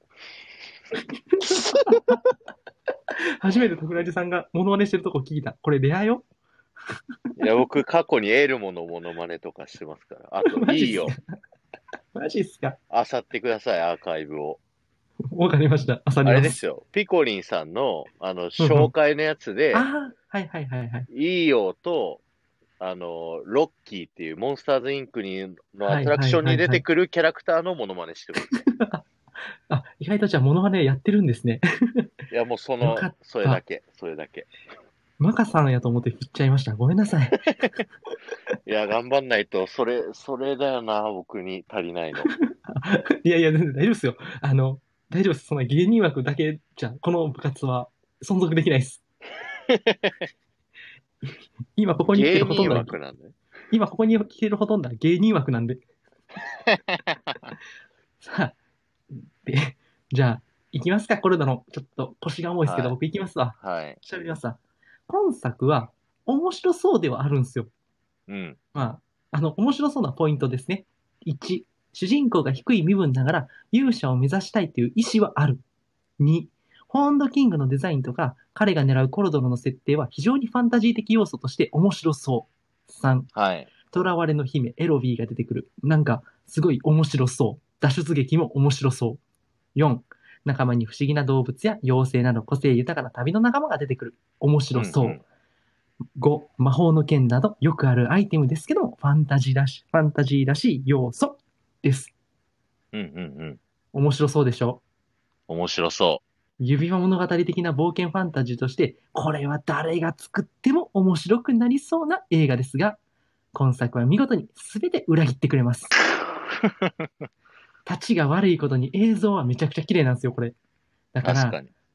初めて徳ラジさんがモノマネしてるとこ聞いた。これレアよ。 いや、僕過去にエルモのモノマネとかしてますから。あと、 マジっすか？ いいよ。 マジっすか？ あさってください、アーカイブを。 わかりました。漁あります。 れですよ。ピコリンさんの、あの、 うんうん。 紹介のやつで、 ああ、はいはいはいはい。 いいよと、あの、ロッキーっていうモンスターズインクにのアはいはいトラクションにはいはい。 出てくるキャラクターのモノマネしてますよ。 あ、意外とじゃあモノマネやってるんですね。 いや、もうその、 よかった。 それだけ、それだけ。 マカさんやと思って振っちゃいました。ごめんなさい。 いや、頑張んないと、それ、それだよな、僕に足りないの。 いやいや、全然大丈夫ですよ。あの、大丈夫です。そんな芸人枠だけじゃ、この部活は存続できないです。今ここに来て芸人るほとんどは、 枠なんだよ。 今ここに来てるほとんどは芸人枠なんで。さあ、で、じゃあ、行きますか、コルドの。ちょっと腰が重いですけど、 はい。 僕行きますわ。 はい。 喋りますわ。今作は、面白そうではあるんですよ。 うん。 まあ、あの、面白そうなポイントですね。いち、主人公が低い身分ながら勇者を目指したいという意志はある。に、ホーンドキングのデザインとか、彼が狙うコルドロの設定は非常にファンタジー的要素として面白そう。さん、 はい。 囚われの姫、エロビーが出てくる。なんか、すごい面白そう。脱出劇も面白そう。よん、仲間に不思議な動物や妖精など個性豊かな旅の仲間が出てくる。面うん、う白そん。 う。ご、魔法の剣などよくあるアイテムですけども、ファンタジーらしい、ファンタジーらしい要素です。 うん、うん、うん。 面白そうでしょ？ 面白そ指輪物語的な冒険ファンタジーとして、これは誰が作っても面白くなりそうな映画ですが、今作は見事に全て裏切ってくれます。 う。 立ちが悪いことに映像はめちゃくちゃ綺麗なんですよ、これ。だから、 確かに。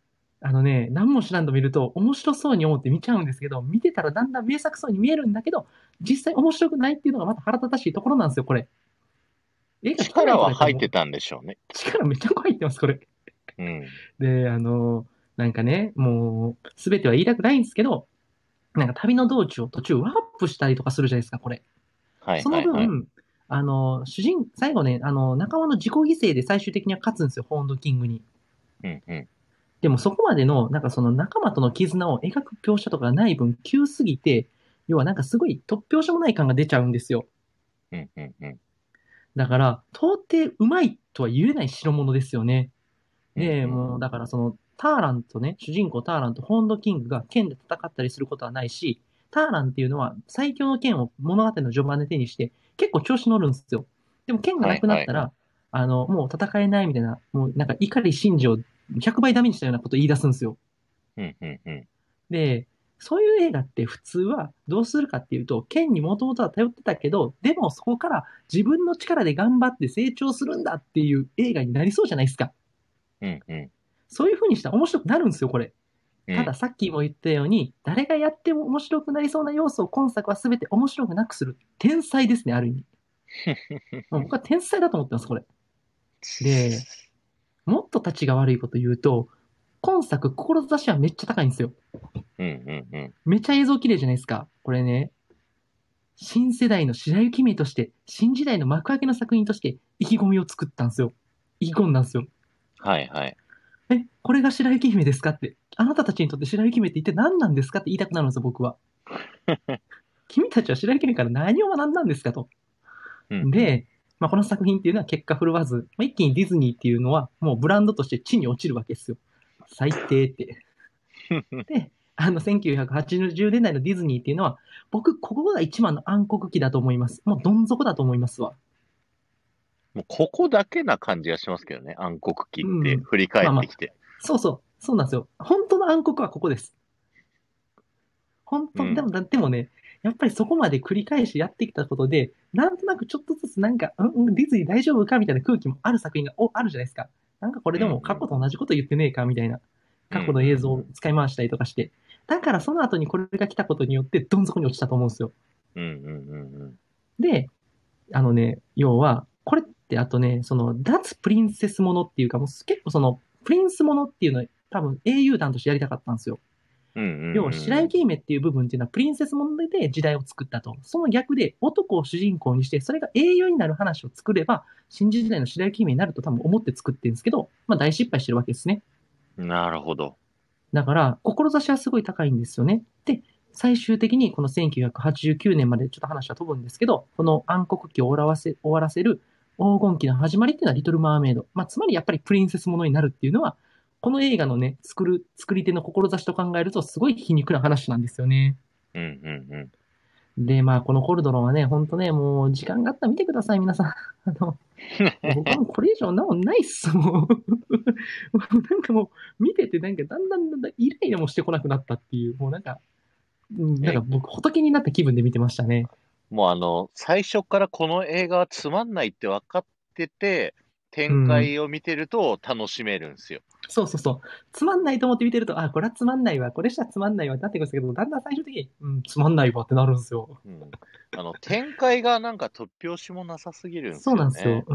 あのね、何も知らんと見ると面白そうに思って見ちゃうんですけど、見てたらだんだん名作そうに見えるんだけど、実際面白くないっていうのがまた腹立たしいところなんですよ、これ。映画汚い力はとか言ったらもう、 入ってたんでしょうね。 力めっちゃ入ってます、これ。 うん。 で、あの、なんかね、もう、すべては言いたくないんですけど、なんか旅の道中を途中ワープしたりとかするじゃないですか、これ。 はいそのはいはい。 分、あの、主人、最後ね、あの、仲間の自己犠牲で最終的には勝つんですよ、ホーンドキングに。 うんうん。 でもそこまでの、なんかその仲間との絆を描く描写とかがない分、急すぎて、要はなんかすごい突拍子もない感が出ちゃうんですよ。 うんうんうん。 だから、到底うまいとは言えない代物ですよね。で、 うんうん。 もう、だからその、ターランとね、主人公ターランとホーンドキングが剣で戦ったりすることはないし、ターランっていうのは最強の剣を物語の序盤で手にして、結構調子乗るんですよ。でも剣がなはいはい。 くなったら、あの、もう戦えないみたいな、もうなんか怒り心情ひゃくばいダメにしたようなことを言い出すんですよ。 うんうんうん。 で、そういう映画って普通はどうするかっていうと、剣にもともとは頼ってたけど、でもそこから自分の力で頑張って成長するんだっていう映画になりそうじゃないですか。 うんうん。 そういう風にしたら面白くなるんですよ、これ。ただうん。 さっきも言ったように、誰がやっても面白くなりそうな要素を今作は全て面白くなくする。天才ですね、ある意味。もう僕は天才だと思ってます、これ。で、もっと立ちが悪いこと言うと、今作、志はめっちゃ高いんですよ。 うんうんうん。 めっちゃ映像綺麗じゃないですか。これね、新世代の白雪姫として、新時代の幕開けの作品として、意気込みを作ったんですよ。意気込んだんですよ。 はいはい。 え、これが白雪姫ですかって。あなたたちにとって白雪姫って一体何なんですかって言いたくなるんですよ、僕は。君たちは白雪姫から何を学んだんですかと。 うんうん。 で、まあ、この作品っていうのは結果振るわず、まあ、一気にディズニーっていうのはもうブランドとして地に落ちるわけですよ。最低って。で、あのせんきゅうひゃくはちじゅうねんだいのディズニーっていうのは、僕、ここが一番の暗黒期だと思います。もうどん底だと思いますわ。 もうここだけな感じがしますけどね。暗黒期ってうん。 振り返まあまあ、 ってきて。 そうそう、そうなんですよ。本当の暗黒はここです。本当、でうん。 も、でもね、やっぱりそこまで繰り返しやってきたことで、なんとなくちょっとずつなんか、うん、うんディズニー大丈夫かみたいな空気もある作品がおあるじゃないですか。なんかこれうんでも過去と同じこと言ってねえかみたいな。 うん。うん過去の映像をうん使い回したりとかして。だからその後にこれが来たことによってどん底に落ちたと思うんですよ。 うん。うんうんうんで、あのね、要は、これってあとね、その脱プリンセスものっていうか、もう結構そのプリンスものっていうのを多分英雄団としてやりたかったんですよ。 うん。うん要は白うんうん。 雪姫っていう部分っていうのはプリンセスもので時代を作ったと。その逆で男を主人公にして、それが英雄になる話を作れば、新時代の白雪姫になると多分思って作ってるんですけど、まあ大失敗してるわけですね。 なるほど。 だから、志はすごい高いんですよね。で、最終的にこのせんきゅうひゃくはちじゅうきゅうねんまでちょっと話は飛ぶんですけど、この暗黒期を終わらせ、終わらせる黄金期の始まりっていうのはリトル・マーメイド。まあ、つまりやっぱりプリンセスものになるっていうのは、この映画のね、作る、作り手の志と考えるとすごい皮肉な話なんですよね。 うんうんうん。 で、まあ、このコルドロンはね、ほんとね、もう時間があったら見てください、皆さん。あの、僕はもうこれ以上なもんないっす、もう。もうなんかもう、見ててなんかだんだんだんだんイライラもしてこなくなったっていう、もうなんか、うん、なんかえ、 僕、仏になった気分で見てましたね。 もうあの、最初からこの映画はつまんないって分かってて、展うん。 開を見てると楽しめるんですよ。 そうそうそう。つまんないと思って見てると、あ、これはつまんないわ、これじゃつまんないわってなってくるんですけど、だんだん最終的に、うん、つまんないわってなるんですよ。 うん。あの、展開がなんか突拍子もなさすぎるんでそうすよなんですよ。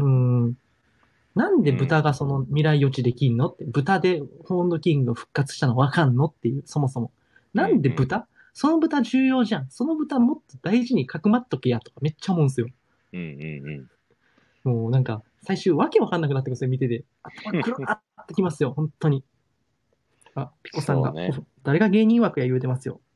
ね。 うん。なんで豚うん。 がその未来予知できんのって、豚でホーンドキングが復活したのわかんのっていう、そもそも。なんうんうん。 で豚その豚重要じゃん。その豚もっと大事にかくまっとけやとかめっちゃ思うんですよ。 うんうんもうなんか、最終わけわかんなくなってくるんですよ、見てて。頭うん。 くるーってきますよ、本当に。あ、ピコさんが、おそうね。 誰が芸人枠や言うてますよ。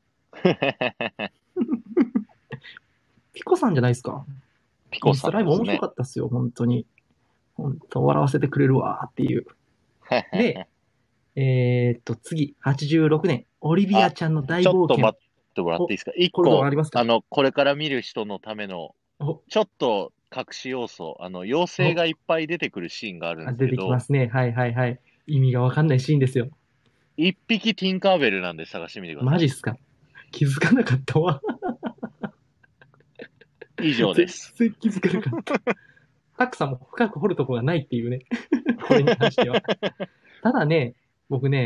ピコさんじゃないですか。インスピコさタライブ面白んですね。 かったっすよ、本当に。本当笑わせてくれるわーっていう。で、えーっと、次、はちじゅうろくねん、オリビアあ、 ちゃんの大ちょっ冒険。 と待ってもらってお、 いいですか？一コルドンあ個、 りますか？ あの、これから見る人のための、 お、 ちょっと隠し要素、あの、妖精お、 がいっぱい出てくるシーンがあるんあ、出てきまですけど、 すね。はいはいはい。意味がわかんないシーンですよ。 一匹ティンカーベルなんで探してみてください。 マジっすか？気づかなかったわ。 以上で全す。 然気づかなかった。タクさんも深く掘るとこがないっていうね。これに関しては。ただね、僕ね、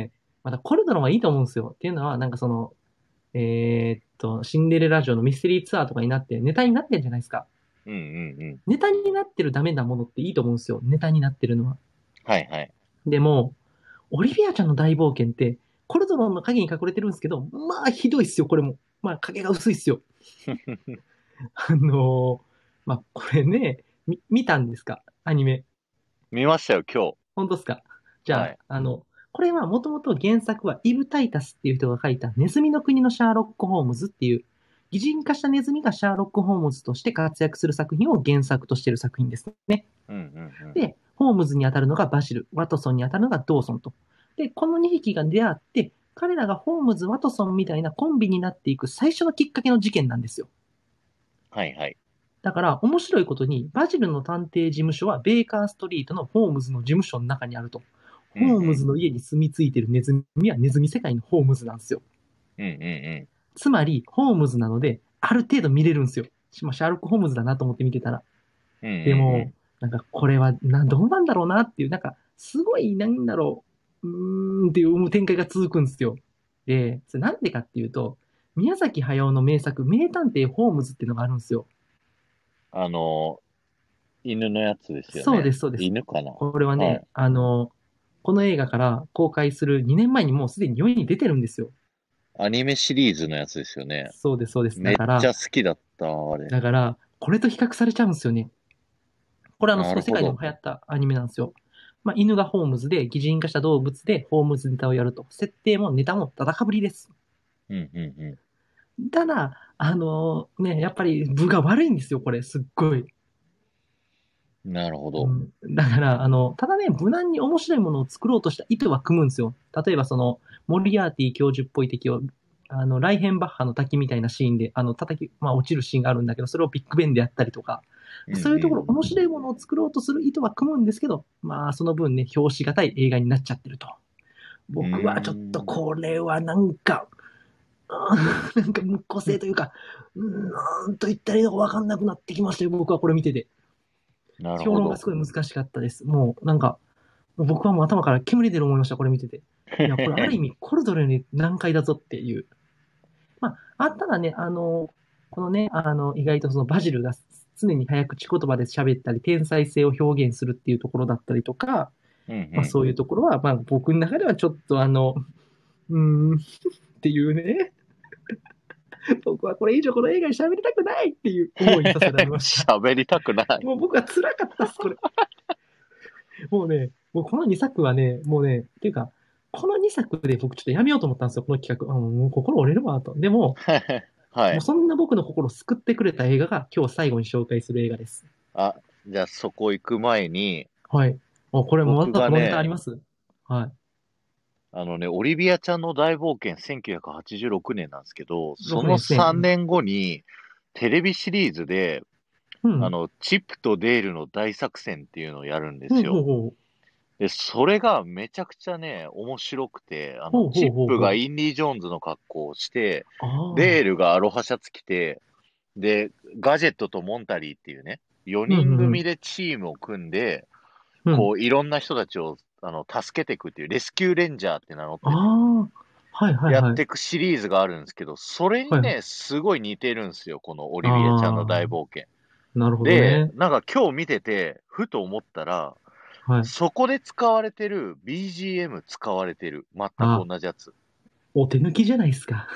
またコルドロンはいいと思うんですよ。っていうのは、なんかその、えーっと、シンデレラ城のミステリーツアーとかになって、ネタになってるじゃないですか。 うんうんうん。 ネタになってるダメなものっていいと思うんですよ。ネタになってるのは。 はいはい。 でも、オリビアちゃんの大冒険って、コルドロンの影に隠れてるんですけど、まあ、ひどいっすよ、これも。まあ、影が薄いっすよ。あのーまあ、これね、み、見たんですかアニメ。 見ましたよ、今日。 本当っすか？じゃはい。 あ、あの、これはもともと原作はイブ・タイタスっていう人が書いたネズミの国のシャーロック・ホームズっていう、擬人化したネズミがシャーロック・ホームズとして活躍する作品を原作としている作品ですね。 うんうんうん。 で、ホームズに当たるのがバシル、ワトソンに当たるのがドーソンと。で、このにひきが出会って、彼らがホームズ、ワトソンみたいなコンビになっていく最初のきっかけの事件なんですよ。 はいはい。 だから、面白いことに、バジルの探偵事務所はベーカーストリートのホームズの事務所の中にあると。 うんうホームん。 ズの家に住み着いてるネズミはネズミ世界のホームズなんですよ。 うんうんつまり、ホームズなので、ある程度見れるんですよ。まあ、シャーロック・ホームズだなと思って見てたら。 うん。うんうんうでも、なんかこれはな、どうなんだろうなっていう、なんか、すごい、なんだろう、うーんっていう展開が続くんですよ。で、それなんでかっていうと、宮崎駿の名作、名探偵ホームズっていうのがあるんですよ。 ん。あの、犬のやつですよね。 そうです、そうです。 犬かな。 これはね、 はい。 あの、この映画から公開するにねんまえにもうすでに世に出てるんですよ。 アニメシリーズのやつですよね。 そうです、そうです。だめっちゃから、 好きだった、あれ。 だから、これと比較されちゃうんですよね。これあの、すごい世界でもなるほど。 流行ったアニメなんですよ。まあ、犬がホームズで、擬人化した動物でホームズネタをやると。設定もネタもだだかぶりです。 うんうんうただ、あのね、やっぱり分が悪いんですよ、これ、すっごい。 ん。なるほど。 うん、だから、あの、ただね、無難に面白いものを作ろうとした意図は組むんですよ。例えば、その、モリアーティ教授っぽい敵を、あの、ライヘンバッハの滝みたいなシーンで、あの、叩き、まあ、落ちるシーンがあるんだけど、それをビッグベンでやったりとか、 うんそういうところ、 うん。 面白いものを作ろうとする意図は組むんですけど、まあ、その分ね、表しがたい映画になっちゃってると。 うー僕はちょっとん。 これはなんか、あーなんか無個性というか、うーんなんと言ったらいいのか分かんなくなってきましたよ、僕はこれ見てて。評論がなるほど。 すごい難しかったです。もう、なんか、もう僕はもう頭から煙出る思いました、これ見てて。いや、これある意味、コルドレに難解だぞっていう。まあ、あったらね、あの、このね、あの、意外とそのバジルが常に早口言葉で喋ったり、天才性を表現するっていうところだったりとか、 うんまあうそういうところは、まあ僕の中ではちょっとあの、うーんっていうね、僕はこれ以上この映画に喋りたくないっていう思いにさせられん。 ました。 喋りたくない。 もう僕は辛かったっす、これ。もうね、もうこのにさくはね、もうね、っていうか、このにさくで僕ちょっとやめようと思ったんですよ、この企画。あもう心折れるわ、と。でも、 はい。 もうそんな僕の心を救ってくれた映画が今日最後に紹介する映画です。 あ、じゃあそこ行く前に、 はい。もうこれもま僕たこのネタありがね、 ますはい。 あのね、オリビアちゃんの大冒険せんきゅうひゃくはちじゅうろくねんなんですけど、そ 6年のですね。う 3 ん。 年後に、テレビシリーズで、 うん。 あの、チップとデールの大作戦っていうのをやるんでほうほうすよ。 ほう。 で、それがめちゃくちゃね、面白くて、あの、 ほうほうチップがほうほう。 インディ・ジョーンズの格好をして、 ああ。 デールがアロハシャツ着て、で、ガジェットとモンタリーっていうね、4 うん、うん、うん。 人組でチームを組んで、 うん。 こう、いろんな人たちを、あの、助けていくっていう、レスキューレンジャーって名乗っあてね、 あ。はいはいはい。 やっていくシリーズがあるんですけど、それにはい。 ね、すごい似てるんですよ、このオリビアちゃんのあ大冒険。 あ。なるほどで、 ね。 なんか今日見てて、ふと思ったら、 はい。 そこで使われてる ビージーエム 使われてる。全くあ、 同じやつ。 お手抜きじゃないですか。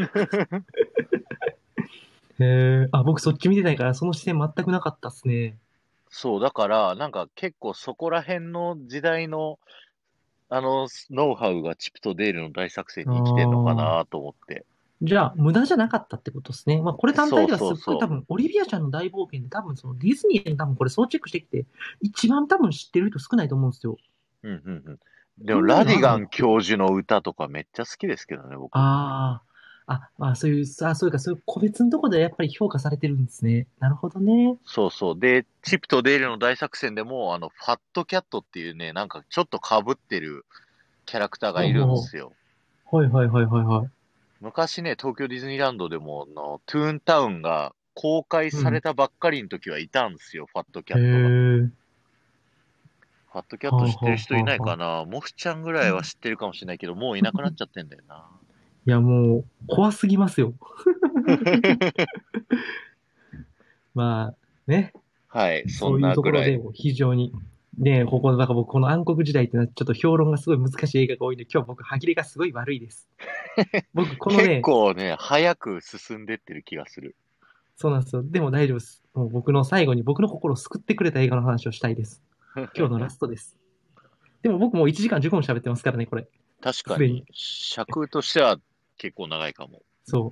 へえ。あ、僕そっち見てないから、その視点全くなかったっすね。 そう、だから、なんか結構そこら辺の時代の、あの、ノウハウがチップとデールの大作戦あに生きてんのかあ。 なと思って。 じゃあ、無駄じゃなかったってことですね。まあ、これ単そう体ではすっごい多そうそ分、オリビアちゃんの大冒険で多分、そのディズニーで多分これ総チェックしてきて、一番多分知ってる人少ないと思うんですよ。 う。うんうんうん。でも、 こんなのあラディガンるのっていう。 教授の歌とかめっちゃ好きですけどね、僕。 ああ。あ、まあ、そういう、あ、そういうか、そういう個別のところでやっぱり評価されてるんですね。なるほどね。 そうそう。で、チップとデールの大作戦でも、あの、ファットキャットっていうね、なんかちょっと被ってるキャラクターがいるんでほうほすよ。 う。はいはいはいはいはい。 昔ね、東京ディズニーランドでも、あの、トゥーンタウンが公開うん。 されたばっかりの時はいたんですよ、ファットキャへットが。 え。 カットキャットはあ知ってるはあは人いないあはあ。 かな？モフちゃんぐらいは知ってるかもしれないけど、もういなくなっちゃってんだよな。 いや、もう、怖すぎますよ。まあ、ね。 はい、そんそういうなぐらい。 ところで非常に、ね、ここ、だから僕、この暗黒時代っていうのはちょっと評論がすごい難しい映画が多いんで、今日僕、歯切れがすごい悪いです。僕、この結ね、 構ね、早く進んでってる気がする。 そうなんですよ。でも大丈夫です。もう僕の最後に僕の心を救ってくれた映画の話をしたいです。今日のラストです。でも僕もういちじかんじゅっぷん喋ってますからね、これ。すでに。 確かに、尺としては結構長いかも。 そう。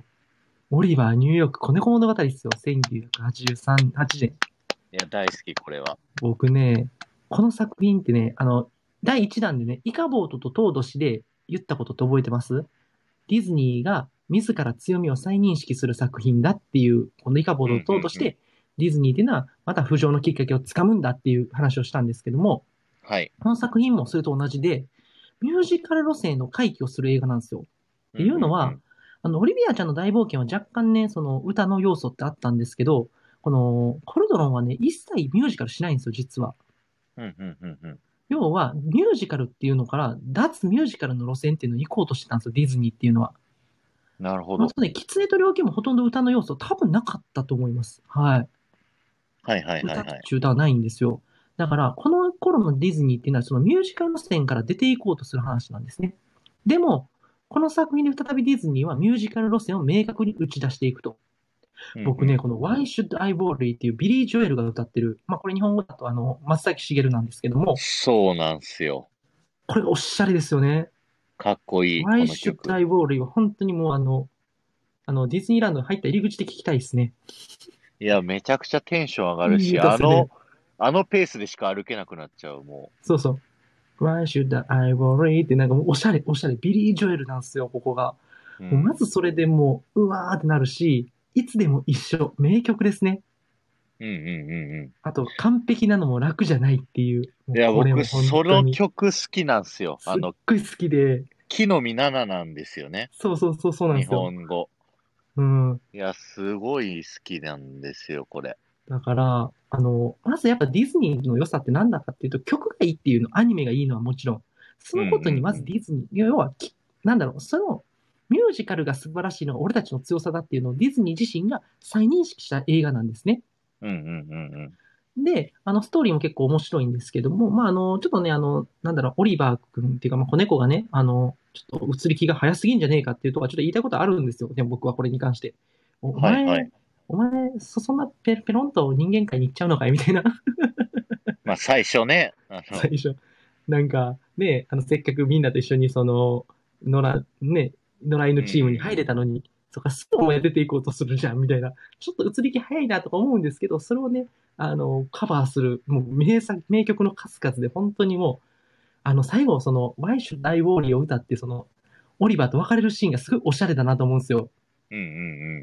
オリバー、ニューヨーク、子猫物語ですよ。せんきゅうひゃくはちじゅうさん、はちねん。 いや、大好き、これは。 僕ね、この作品ってね、あの、だいいちだんでね、イカボートとトード氏で言ったことって覚えてます？ディズニーが自ら強みを再認識する作品だっていう、このイカボうん、 ートとうん、うん。 トードして、ディズニーっていうのはまた浮上のきっかけをつかむんだっていう話をしたんですけども、 はい。 この作品もそれと同じで、ミュージカル路線の回帰をする映画なんですよ。っうん、 ていうのうん、うは、 ん。 あの、オリビアちゃんの大冒険は若干ね、その歌の要素ってあったんですけど、このコルドロンはね、一切ミュージカルしないんですよ、実は。 うん、うん、うん、うん。 要は、ミュージカルっていうのから、脱ミュージカルの路線っていうのに行こうとしてたんですよ、ディズニーっていうのは。 なるほど。 まずね、キツネと猟奇もほとんど歌の要素多分なかったと思います。はい。 はい、はい、はい、 歌っはい。 ちゅう歌はないんですよ。だから、この頃のディズニーっていうのは、そのミュージカル路線から出ていこうとする話なんですね。でも、この作品で再びディズニーはミュージカル路線を明確に打ち出していくと。 うん、う僕ね、 ん。 この Why Should I Worry っていうビリー・ジョエルが歌ってる、まあこれ日本語だとあの、松崎しげるなんですけども、 そうなんすよ。 これおしゃれですよね。 かっこいい、こ Why の Should 曲。 I Worry は本当にもうあの、あの、ディズニーランドに入った入り口で聞きたいですね。 いや、めちゃくちゃテンション上がるいいし、あの、 歌っすよね。 あのペースでしか歩けなくなっちゃう、もそうそう。Why should I worry ってなんかもうおしゃれ、おしゃれ。ビリー・ジョエルなんですよ、ここが。 う。うもうまん。 ずそれでもう、うわーってなるし、いつでも一緒。名曲ですね。 うん、うん、うん、うん。 あと、完璧なのも楽じゃないっていう。もういや、僕、 これも本その当に、 曲好きなんすよ。あすっの、 ごい好きで、 木の実奈々なんですよね。 そうそうそうそうなんで日すよ。 本語。 うん。 いや、すごい好きなんですよ、これ。 だから、あの、まずやっぱディズニーの良さって何だかっていうと、曲がいいっていうの、アニメがいいのはもちろん、そうん、うのことにまずん、 ディズニー、要はき、なんだろう、そのミュージカルが素晴らしいのが俺たちの強さだっていうのをディズニー自身が再認識した映画なんですね。 うん。うん、うん、うん、うん。 で、あの、ストーリーも結構面白いんですけども、まあ、あの、ちょっとね、あの、なんだろう、オリバー君っていうか、まあ、子猫がね、あの、ちょっと移り気が早すぎんじゃねえかっていうとこはちょっと言いたいことあるんですよ。でも僕はこれに関して。お、おはい、は前、 い。 お前、そ、そんなペ、ペロンと人間界に行っちゃうのかいみたいな。 まあ、最初ね、あの、 最初。なんか、ね、あの、せっかくみんなと一緒にその、野良、ね、野良うん、 犬チームに入うん、 れたのに、そっか、すぐお前出ていこうとするじゃん、みたいな。ちょっと移り気早いなとか思うんですけど、それをね、あの、カバーする、もう名作、名曲の数々で、本当にもう、あの、最後、その、Why Should I Worry を歌って、その、オリバーと別れるシーンがすごいおしゃれだなと思うんですよ。 うん、うん、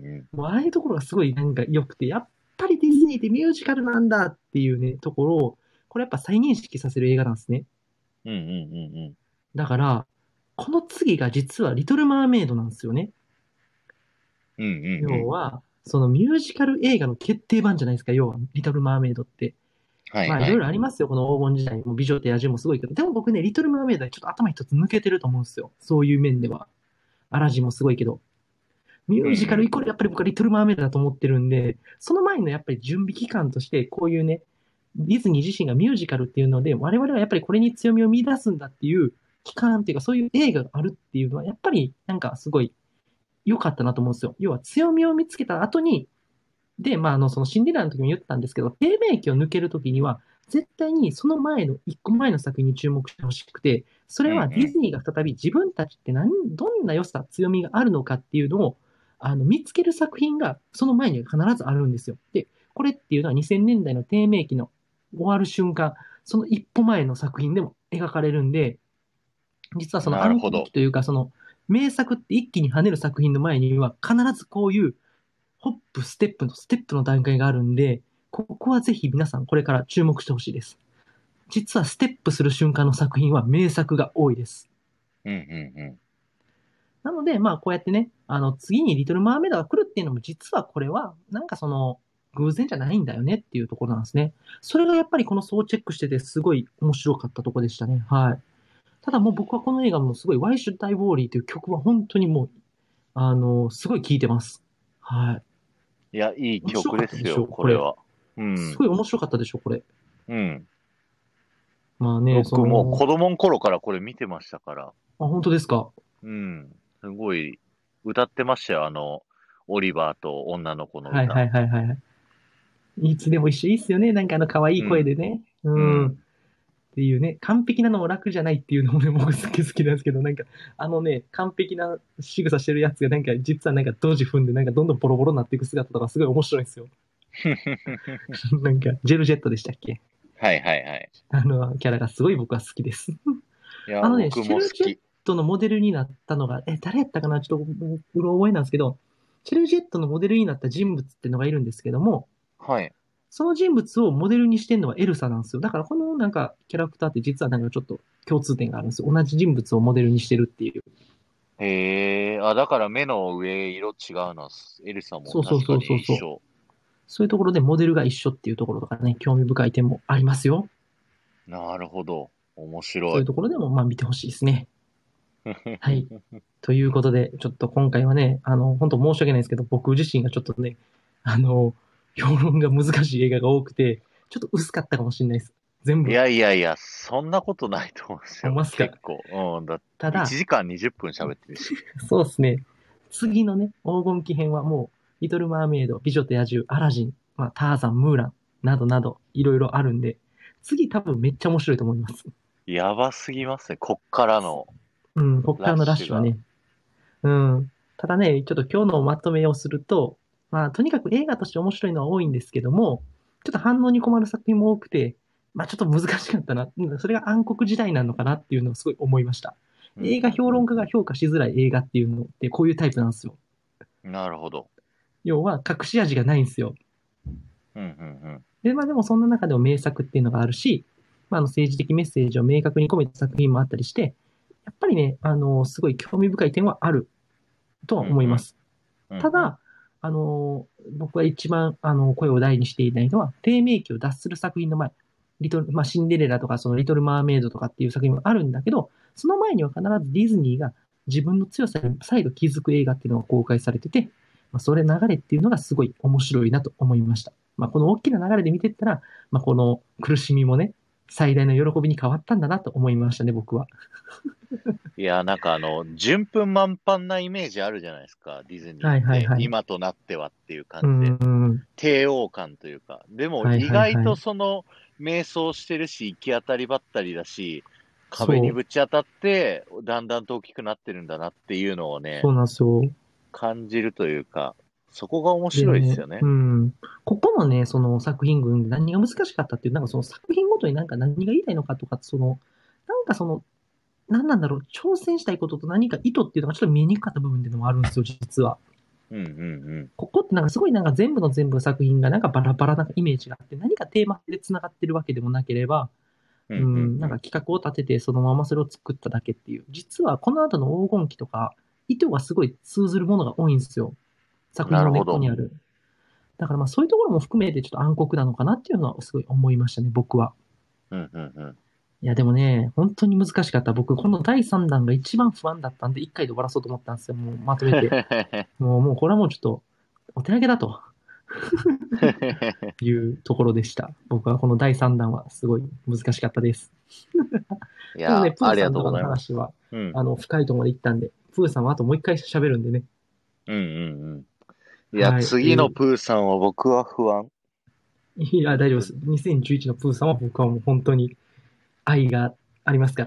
うん。 もう、ああいうところがすごいなんか良くて、やっぱりディズニーってミュージカルなんだっていうね、ところを、これやっぱ再認識させる映画なんですね。 うん、うん、うん、うん。 だから、この次が実はリトル・マーメイドなんですよね。 うん、うん、うん。 要は、そのミュージカル映画の決定版じゃないですか、要は、リトル・マーメイドって。 はい、 まあ、いろいはい。 ろありますよ、この黄金時代も美女と野獣もすごいけど、でも僕ね、リトル・マーメイドはちょっと頭一つ抜けてると思うんですよ。そういう面では。アラジンもすごいけど。ミうん、 ュージカルうん。 イコールやっぱり僕はリトル・マーメイドだと思ってるんで、その前のやっぱり準備期間として、こういうね、ディズニー自身がミュージカルっていうので、我々はやっぱりこれに強みを見出すんだっていう期間っていうか、そういう映画があるっていうのは、やっぱりなんかすごい良かったなと思うんですよ。要は強みを見つけた後に、で、まあ、あの、そのシンデレラの時も言ったんですけど、黎明期を抜ける時には、絶対にその前の、一個前の作品に注目してほしくて、そうん、 れはディうん。 ズニーが再び自分たちって何、どんな良さ、強みがあるのかっていうのを、あの、見つける作品がその前には必ずあるんですよ。で、これっていうのはにせんねんだいの低迷期の終わる瞬間、その一歩前の作品でも描かれるんで、実はその暗なるほど。 黒期というか、その名作って一気に跳ねる作品の前には、必ずこういうホップ、ステップのステップの段階があるんで、ここはぜひ皆さんこれから注目してほしいです。実はステップする瞬間の作品は名作が多いです。 うん、うん、うなので、まあこうやってね、あの次にリトル・マーメイドが来るっていうのも実はこれは、なんかその、 偶然じゃないんだよねっていうところなんですね。それがやっぱりこの総チェックしててすごい面白かったところでしたね。はい。ただもう僕はこの映画もすごい Why Should I Worry という曲は本当にもう、あの、すごい聴いてます。はい。 いや、いい面白曲ですよ、 かったでしょ、これ。 これは。うん。 すごい面白かったでしょ、これ。 うん。 まあね、そ僕もうの、 子供の頃からこれ見てましたから。 あ、本当ですか。 うん。すごい、歌ってましたよ、あの、オリバーと女の子の歌。 はいはいはいはい。いつでも一緒いいっすよね。なんかあの可愛い声うん。 でね。うん。っうん。 ていうね、完璧なのも楽じゃないっていうのもね、僕好き好きなんですけど、なんか、あのね、完璧な仕草してるやつが、なんか、実はなんか、ドジ踏んで、なんか、どんどんボロボロになっていく姿とか、すごい面白いんですよ。なんか、ジェルジェットでしたっけ？ はいはいはい。 あの、キャラがすごい僕は好きです。 いや、 あのね、 僕シェルジェッも好き。 トのモデルになったのが、え、誰やったかなちょっと、うろ覚えなんですけど、シェルジェットのモデルになった人物っていうのがいるんですけども、 はい。 その人物をモデルにしてるのはエルサなんですよ。だからこのなんかキャラクターって実はなんかちょっと共通点があるんですよ。同じ人物をモデルにしてるっていう。 へえ、あ、だから目の上色違うの。エルサもそうそう確かそうそうそう。 に一緒。 そういうところでモデルが一緒っていうところとかね、興味深い点もありますよ。 なるほど。面白い。 そういうところでもまあ見てほしいですね。はい。ということで、ちょっと今回はね、あの、本当申し訳ないんですけど、僕自身がちょっとね、あの、評論が難しい映画が多くて、ちょっと薄かったかもしれないです。全部。 いやいやいや、そんなことないと思うんですよ。 思いますか？ 結構。うん、だ1 ただ、 時間にじゅっぷん喋ってるし。 そうですね。次のね、黄金期編はもう、リトル・マーメイド、美女と野獣、アラジン、まあ、ターザン、ムーラン、などなど、いろいろあるんで、次多分めっちゃ面白いと思います。 やばすぎますね。こっからのうん、こっかラッらのラッシュが。 シュはね。うん。ただね、ちょっと今日のまとめをすると、まあ、とにかく映画として面白いのは多いんですけども、ちょっと反応に困る作品も多くて、まあちょっと難しかったな。うんそれが暗黒時代なのかなっていうのをすごい思いました。 うん映画評論家が評価しづらい映画っていうのってこういうタイプなんですよ。 うん、なるほど。 要は隠し味がないんですよ。 うんうんで、まあでもそんな中でも名作っていうのがあるし、まあ、あの政治的メッセージを明確に込めた作品もあったりして、やっぱりね、あの、すごい興味深い点はあるとはうん。うん思います。 うん。うんうん。 ただ、あの、僕が一番、あの、声を大にしていないのは、低迷期を脱する作品の前、リトル、まあ、シンデレラとか、そのリトル・マーメイドとかっていう作品もあるんだけど、その前には必ずディズニーが自分の強さに再度気づく映画っていうのが公開されてて、まあ、それ流れっていうのがすごい面白いなと思いました。まあ、この大きな流れで見てったら、まあ、この苦しみもね、最大の喜びに変わったんだなと思いましたね、僕は。 いや、なんかあの、順風満帆なイメージあるじゃないですか、ディズニーはいって。 はいはい。 今となってはっていうう感じで。 ん。 帝王感というか。でもはい意外とはいはい。 その、迷走してるし、行き当たりばったりだし、壁にそう。 ぶち当たって、だんだんと大きくなってるんだなっていうのをね、 そうなんですよ。 感じるというか、そこが面でね、 白いですよね。 うん。ここのね、その作品群で何が難しかったっていう、なんかその作品ごとになんか何が言いたいのかとか、その、なんかその、何なんだろう、挑戦したいことと何か意図っていうのがちょっと見えにくかった部分っていうのもあるんですよ、実は。 うんうんここってなんかすごいなんか全部の全部の作品がなんかバラバラなイメージがあって、何かテーマで繋がってるわけでもなければ、 うん。うんうんうん、なんかうん。 企画を立ててそのままそれを作っただけっていう。実はこの後の黄金期とか、意図がすごい通ずるものが多いんですよ。作品の根なるほど。 っこにある。だからまあそういうところも含めてちょっと暗黒なのかなっていうのはすごい思いましたね、僕は。 うんうんうん。 いやでもね、本当に難しかった。僕、このだいさん弾が一番不安だったんで、いっかいで終わらそうと思ったんですよ。もうまとめて。もう、もうこれはもうちょっと、お手上げだというところでした。僕はこのだいさん弾はすごい難しかったです。 いや、 でもね、プーありがとうさんとかのございます。 話は、 うん。 あの、深いところまで行ったんで、プーさんはあともう一回喋るんでね。 うんうんうん。いや、 はい。という、 次のプーさんは僕は不安。 いや、大丈夫です。にせんじゅういちのプーさんは僕はもう本当に愛がありますから。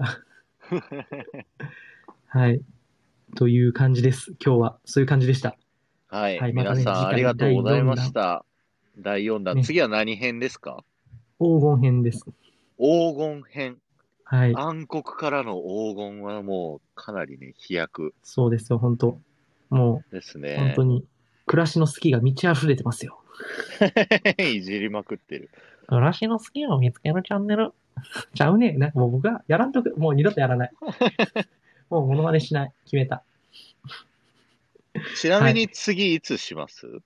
はい。という感じです。今日は。そういう感じでした。 はい。 はい。またね、 皆さんありが次回だいとうございよん弾、 ました。だいよん弾。 ね、 次は何編ですか？ 黄金編です。 黄金編。 はい。 暗黒からの黄金はもうかなりね、飛躍そうですよ、本当もう、 ですね。 本当に、暮らしの好きが満ち溢れてますよ。 いじりまくってる。 暮らしの好きを見つけるチャンネル。ちゃうね。なんかもう僕はやらんとく。もう二度とやらない。もうモノマネしない。決めた。 ちなみはい。 に次いつします？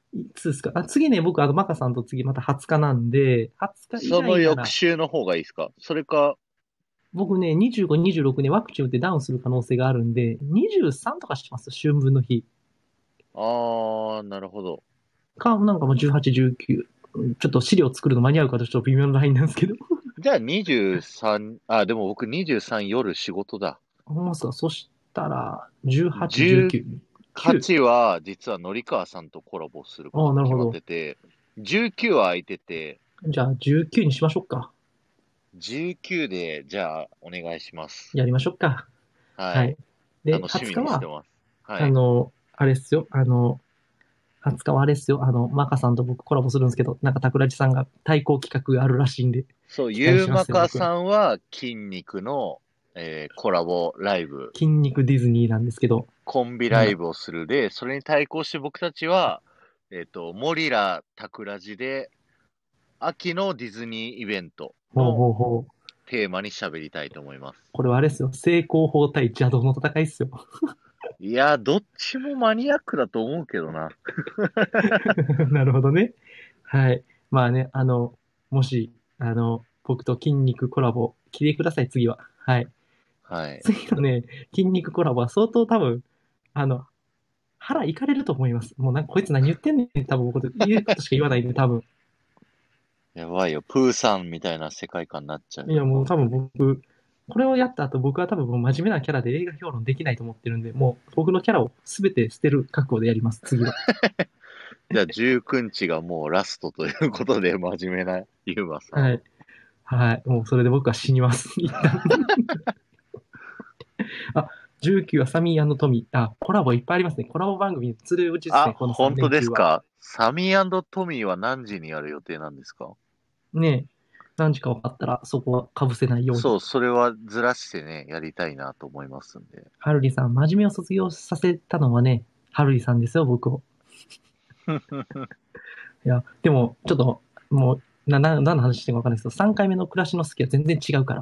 いつですか？あ、次ね、僕、あの、マカさんと次またはつかなんで、はつか以その外なら、 翌週の方がいいですか？それか、 僕ね、にじゅうご、にじゅうろくね、ワクチン打ってダウンする可能性があるんで、にじゅうさんとかします、春分の日。 あー、なるほど。 か、なんかもうじゅうはち、じゅうきゅう。うんちょっと資料作るの間に合うかとちょっと微妙なラインなんですけど。 じゃあにじゅうさん、あ、でも僕にじゅうさん夜仕事だ。 ほんまっすか？そしたら、じゅうはち、じゅうきゅう。きゅう。 じゅうはちは実はのりかわさんとコラボするこああ、 とが決まっなるほど。 てて、じゅうきゅうは空いてて、 じゃあ、じゅうきゅうにしましょうか。 じゅうきゅうで、じゃあお願いします。 やりましょうか。 はい。 はい。で、20 楽しみ日は、 にしてます。はい。 あの、あれっすよ。あの、はつかはあれっすよ。あの、マカさんと僕コラボするんですけど、なんか桜地さんが対抗企画があるらしいんで、 そう、 期待しますよ、 ゆうまか僕は。 さんは筋肉の、えーコラボライブ、 筋肉ディズニーなんですけど、 コンビなんだ。 ライブをするで、それに対抗して僕たちは、えっと、モリラタクラジで、秋のディズニーイベントほうのほうほう。 テーマに喋りたいと思います。 これはあれっすよ。成功法対邪道の戦いっすよ。 いや、どっちもマニアックだと思うけどな。 なるほどね。はい。まあね、あの、もし、あの、僕と筋肉コラボ、来てください、次は。はい。 はい。 次のね、筋肉コラボは相当多分、あの、腹いかれると思います。もうなんかこいつ何言ってんねん、多分僕言うことしか言わないんで、多分。 やばいよ。プーさんみたいな世界観になっちゃうよ。 いやもう多分本当に。 僕、これをやった後僕は多分もう真面目なキャラで映画評論できないと思ってるんで、もう僕のキャラを全て捨てる覚悟でやります、次は。 じゃあ、じゅうくにちがもうラストということで、真面目なユーマさんは。 はい。はい。もうそれで僕は死にます。一旦。あ、じゅうきゅうはサミートミー。あ、コラボいっぱいありますね。コラボ番組釣るうちですあ、 ね、この3 本当連休は。 ですか？サミートミーは何時にやる予定なんですか？ ねえ、何時か分かったらそこは被せないように。 そう、それはずらしてね、やりたいなと思いますんで。 ハルリさん、真面目を卒業させたのはね、ハルリさんですよ、僕を。いや、でも、ちょっと、もう、な、な、何の話してるか分かんないですけど、さんかいめの暮らしの好きは全然違うから。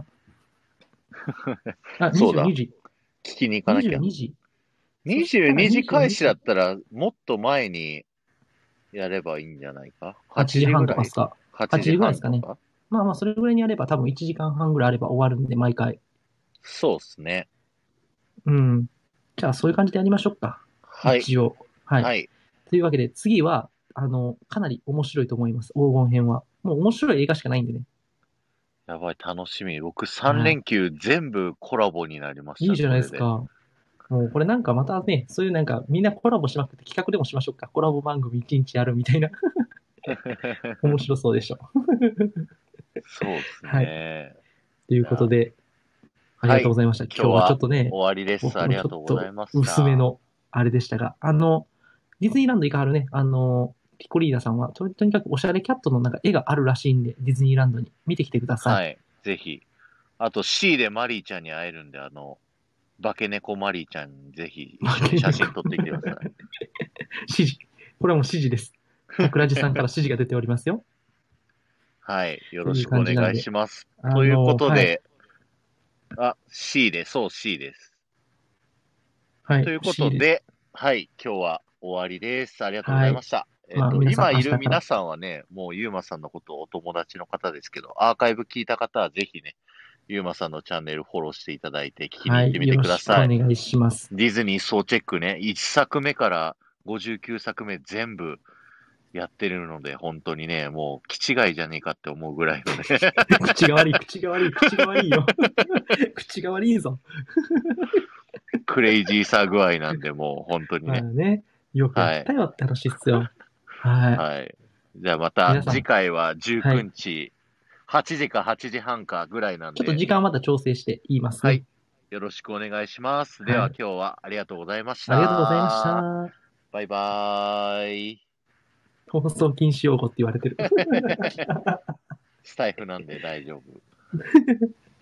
あ、22 そうだ。 時。 聞きに行かなき 22 ゃ。 時。そした 22 ら時開 22 始だっ時。 たら、もっと前にやればいいんじゃないか？ 8 はち時時ぐらい？ 半とかっすか？ はちはち時時ぐらいですかね。 半とか？ まあまあ、それぐらいにやれば多分いちじかんはんぐらいあれば終わるんで、毎回。 そうっすね。 うん。じゃあ、そういう感じでやりましょうか。 はい。 一応。はい。 はい。 というわけで、次は、あの、かなり面白いと思います。黄金編は。もう面白い映画しかないんでね。 やばい、楽しみ。僕さんは連休全部コラボになりましい。いたね、 いじゃないこれで。 ですか。もうこれなんかまたね、そういうなんかみんなコラボしまくって企画でもしましょうか。コラボ番組一日やるみたいな。面白そうでしょ。 そうですはい。 ね。 というじゃあ、 ことで、ありはい。 がとうございました。今日はちょ今日はっとね、 終わりです。あ僕のりちょっとがとうございました。 薄めのあれでしたが、あの、ディズニーランド行かはるね、あの、ピコリーナさんはと、とにかくおしゃれキャットのなんか絵があるらしいんで、ディズニーランドに見てきてください。 はい。ぜひ。あと C でマリーちゃんに会えるんで、あの、化け猫マリーちゃんにぜひ一緒に写真撮ってきてください。 指示。これはもう指示です。桜地さんから指示が出ておりますよ。 はい。よというろしくお願い感じなんで。 します。というこあの、はい。 とで、あ、C で、そう C です。 はい。 というこ C です。 とで、はい。今日は終わりです。ありがとうござはい。 いました。えっまあ、 と、 皆さん今いる皆明日から。 さんはね、もうゆうまさんのことをお友達の方ですけど、アーカイブ聞いた方はぜひね、ゆうまさんのチャンネルフォローしていただいて聞きにはい。 行ってみてよろしくおください。 願いします。 ディズニー総チェックね、いっさくめからごじゅうきゅうさくめ全部やってるので、本当にね、もう、気違いじゃねえかって思うぐらいのね、 口が悪い、口が悪い、口が悪いよ。口が悪いぞ。 クレイジーさ具合なんで、もう本当にまあね。 ね、よくやっはい。 たよって話っすよ。はい。 はい。じゃあまた皆さん、 次回は19 はい。 日、はちじかはちじはんかぐらいなんちょっとで、 時間また調整して言いますね。 はい。よろしくお願いします。ではい。 は今日はありがとうございましありがとうございました。 た。 バイバーイ。 放送禁止用語って言われてる。 スタイフなんで大丈夫。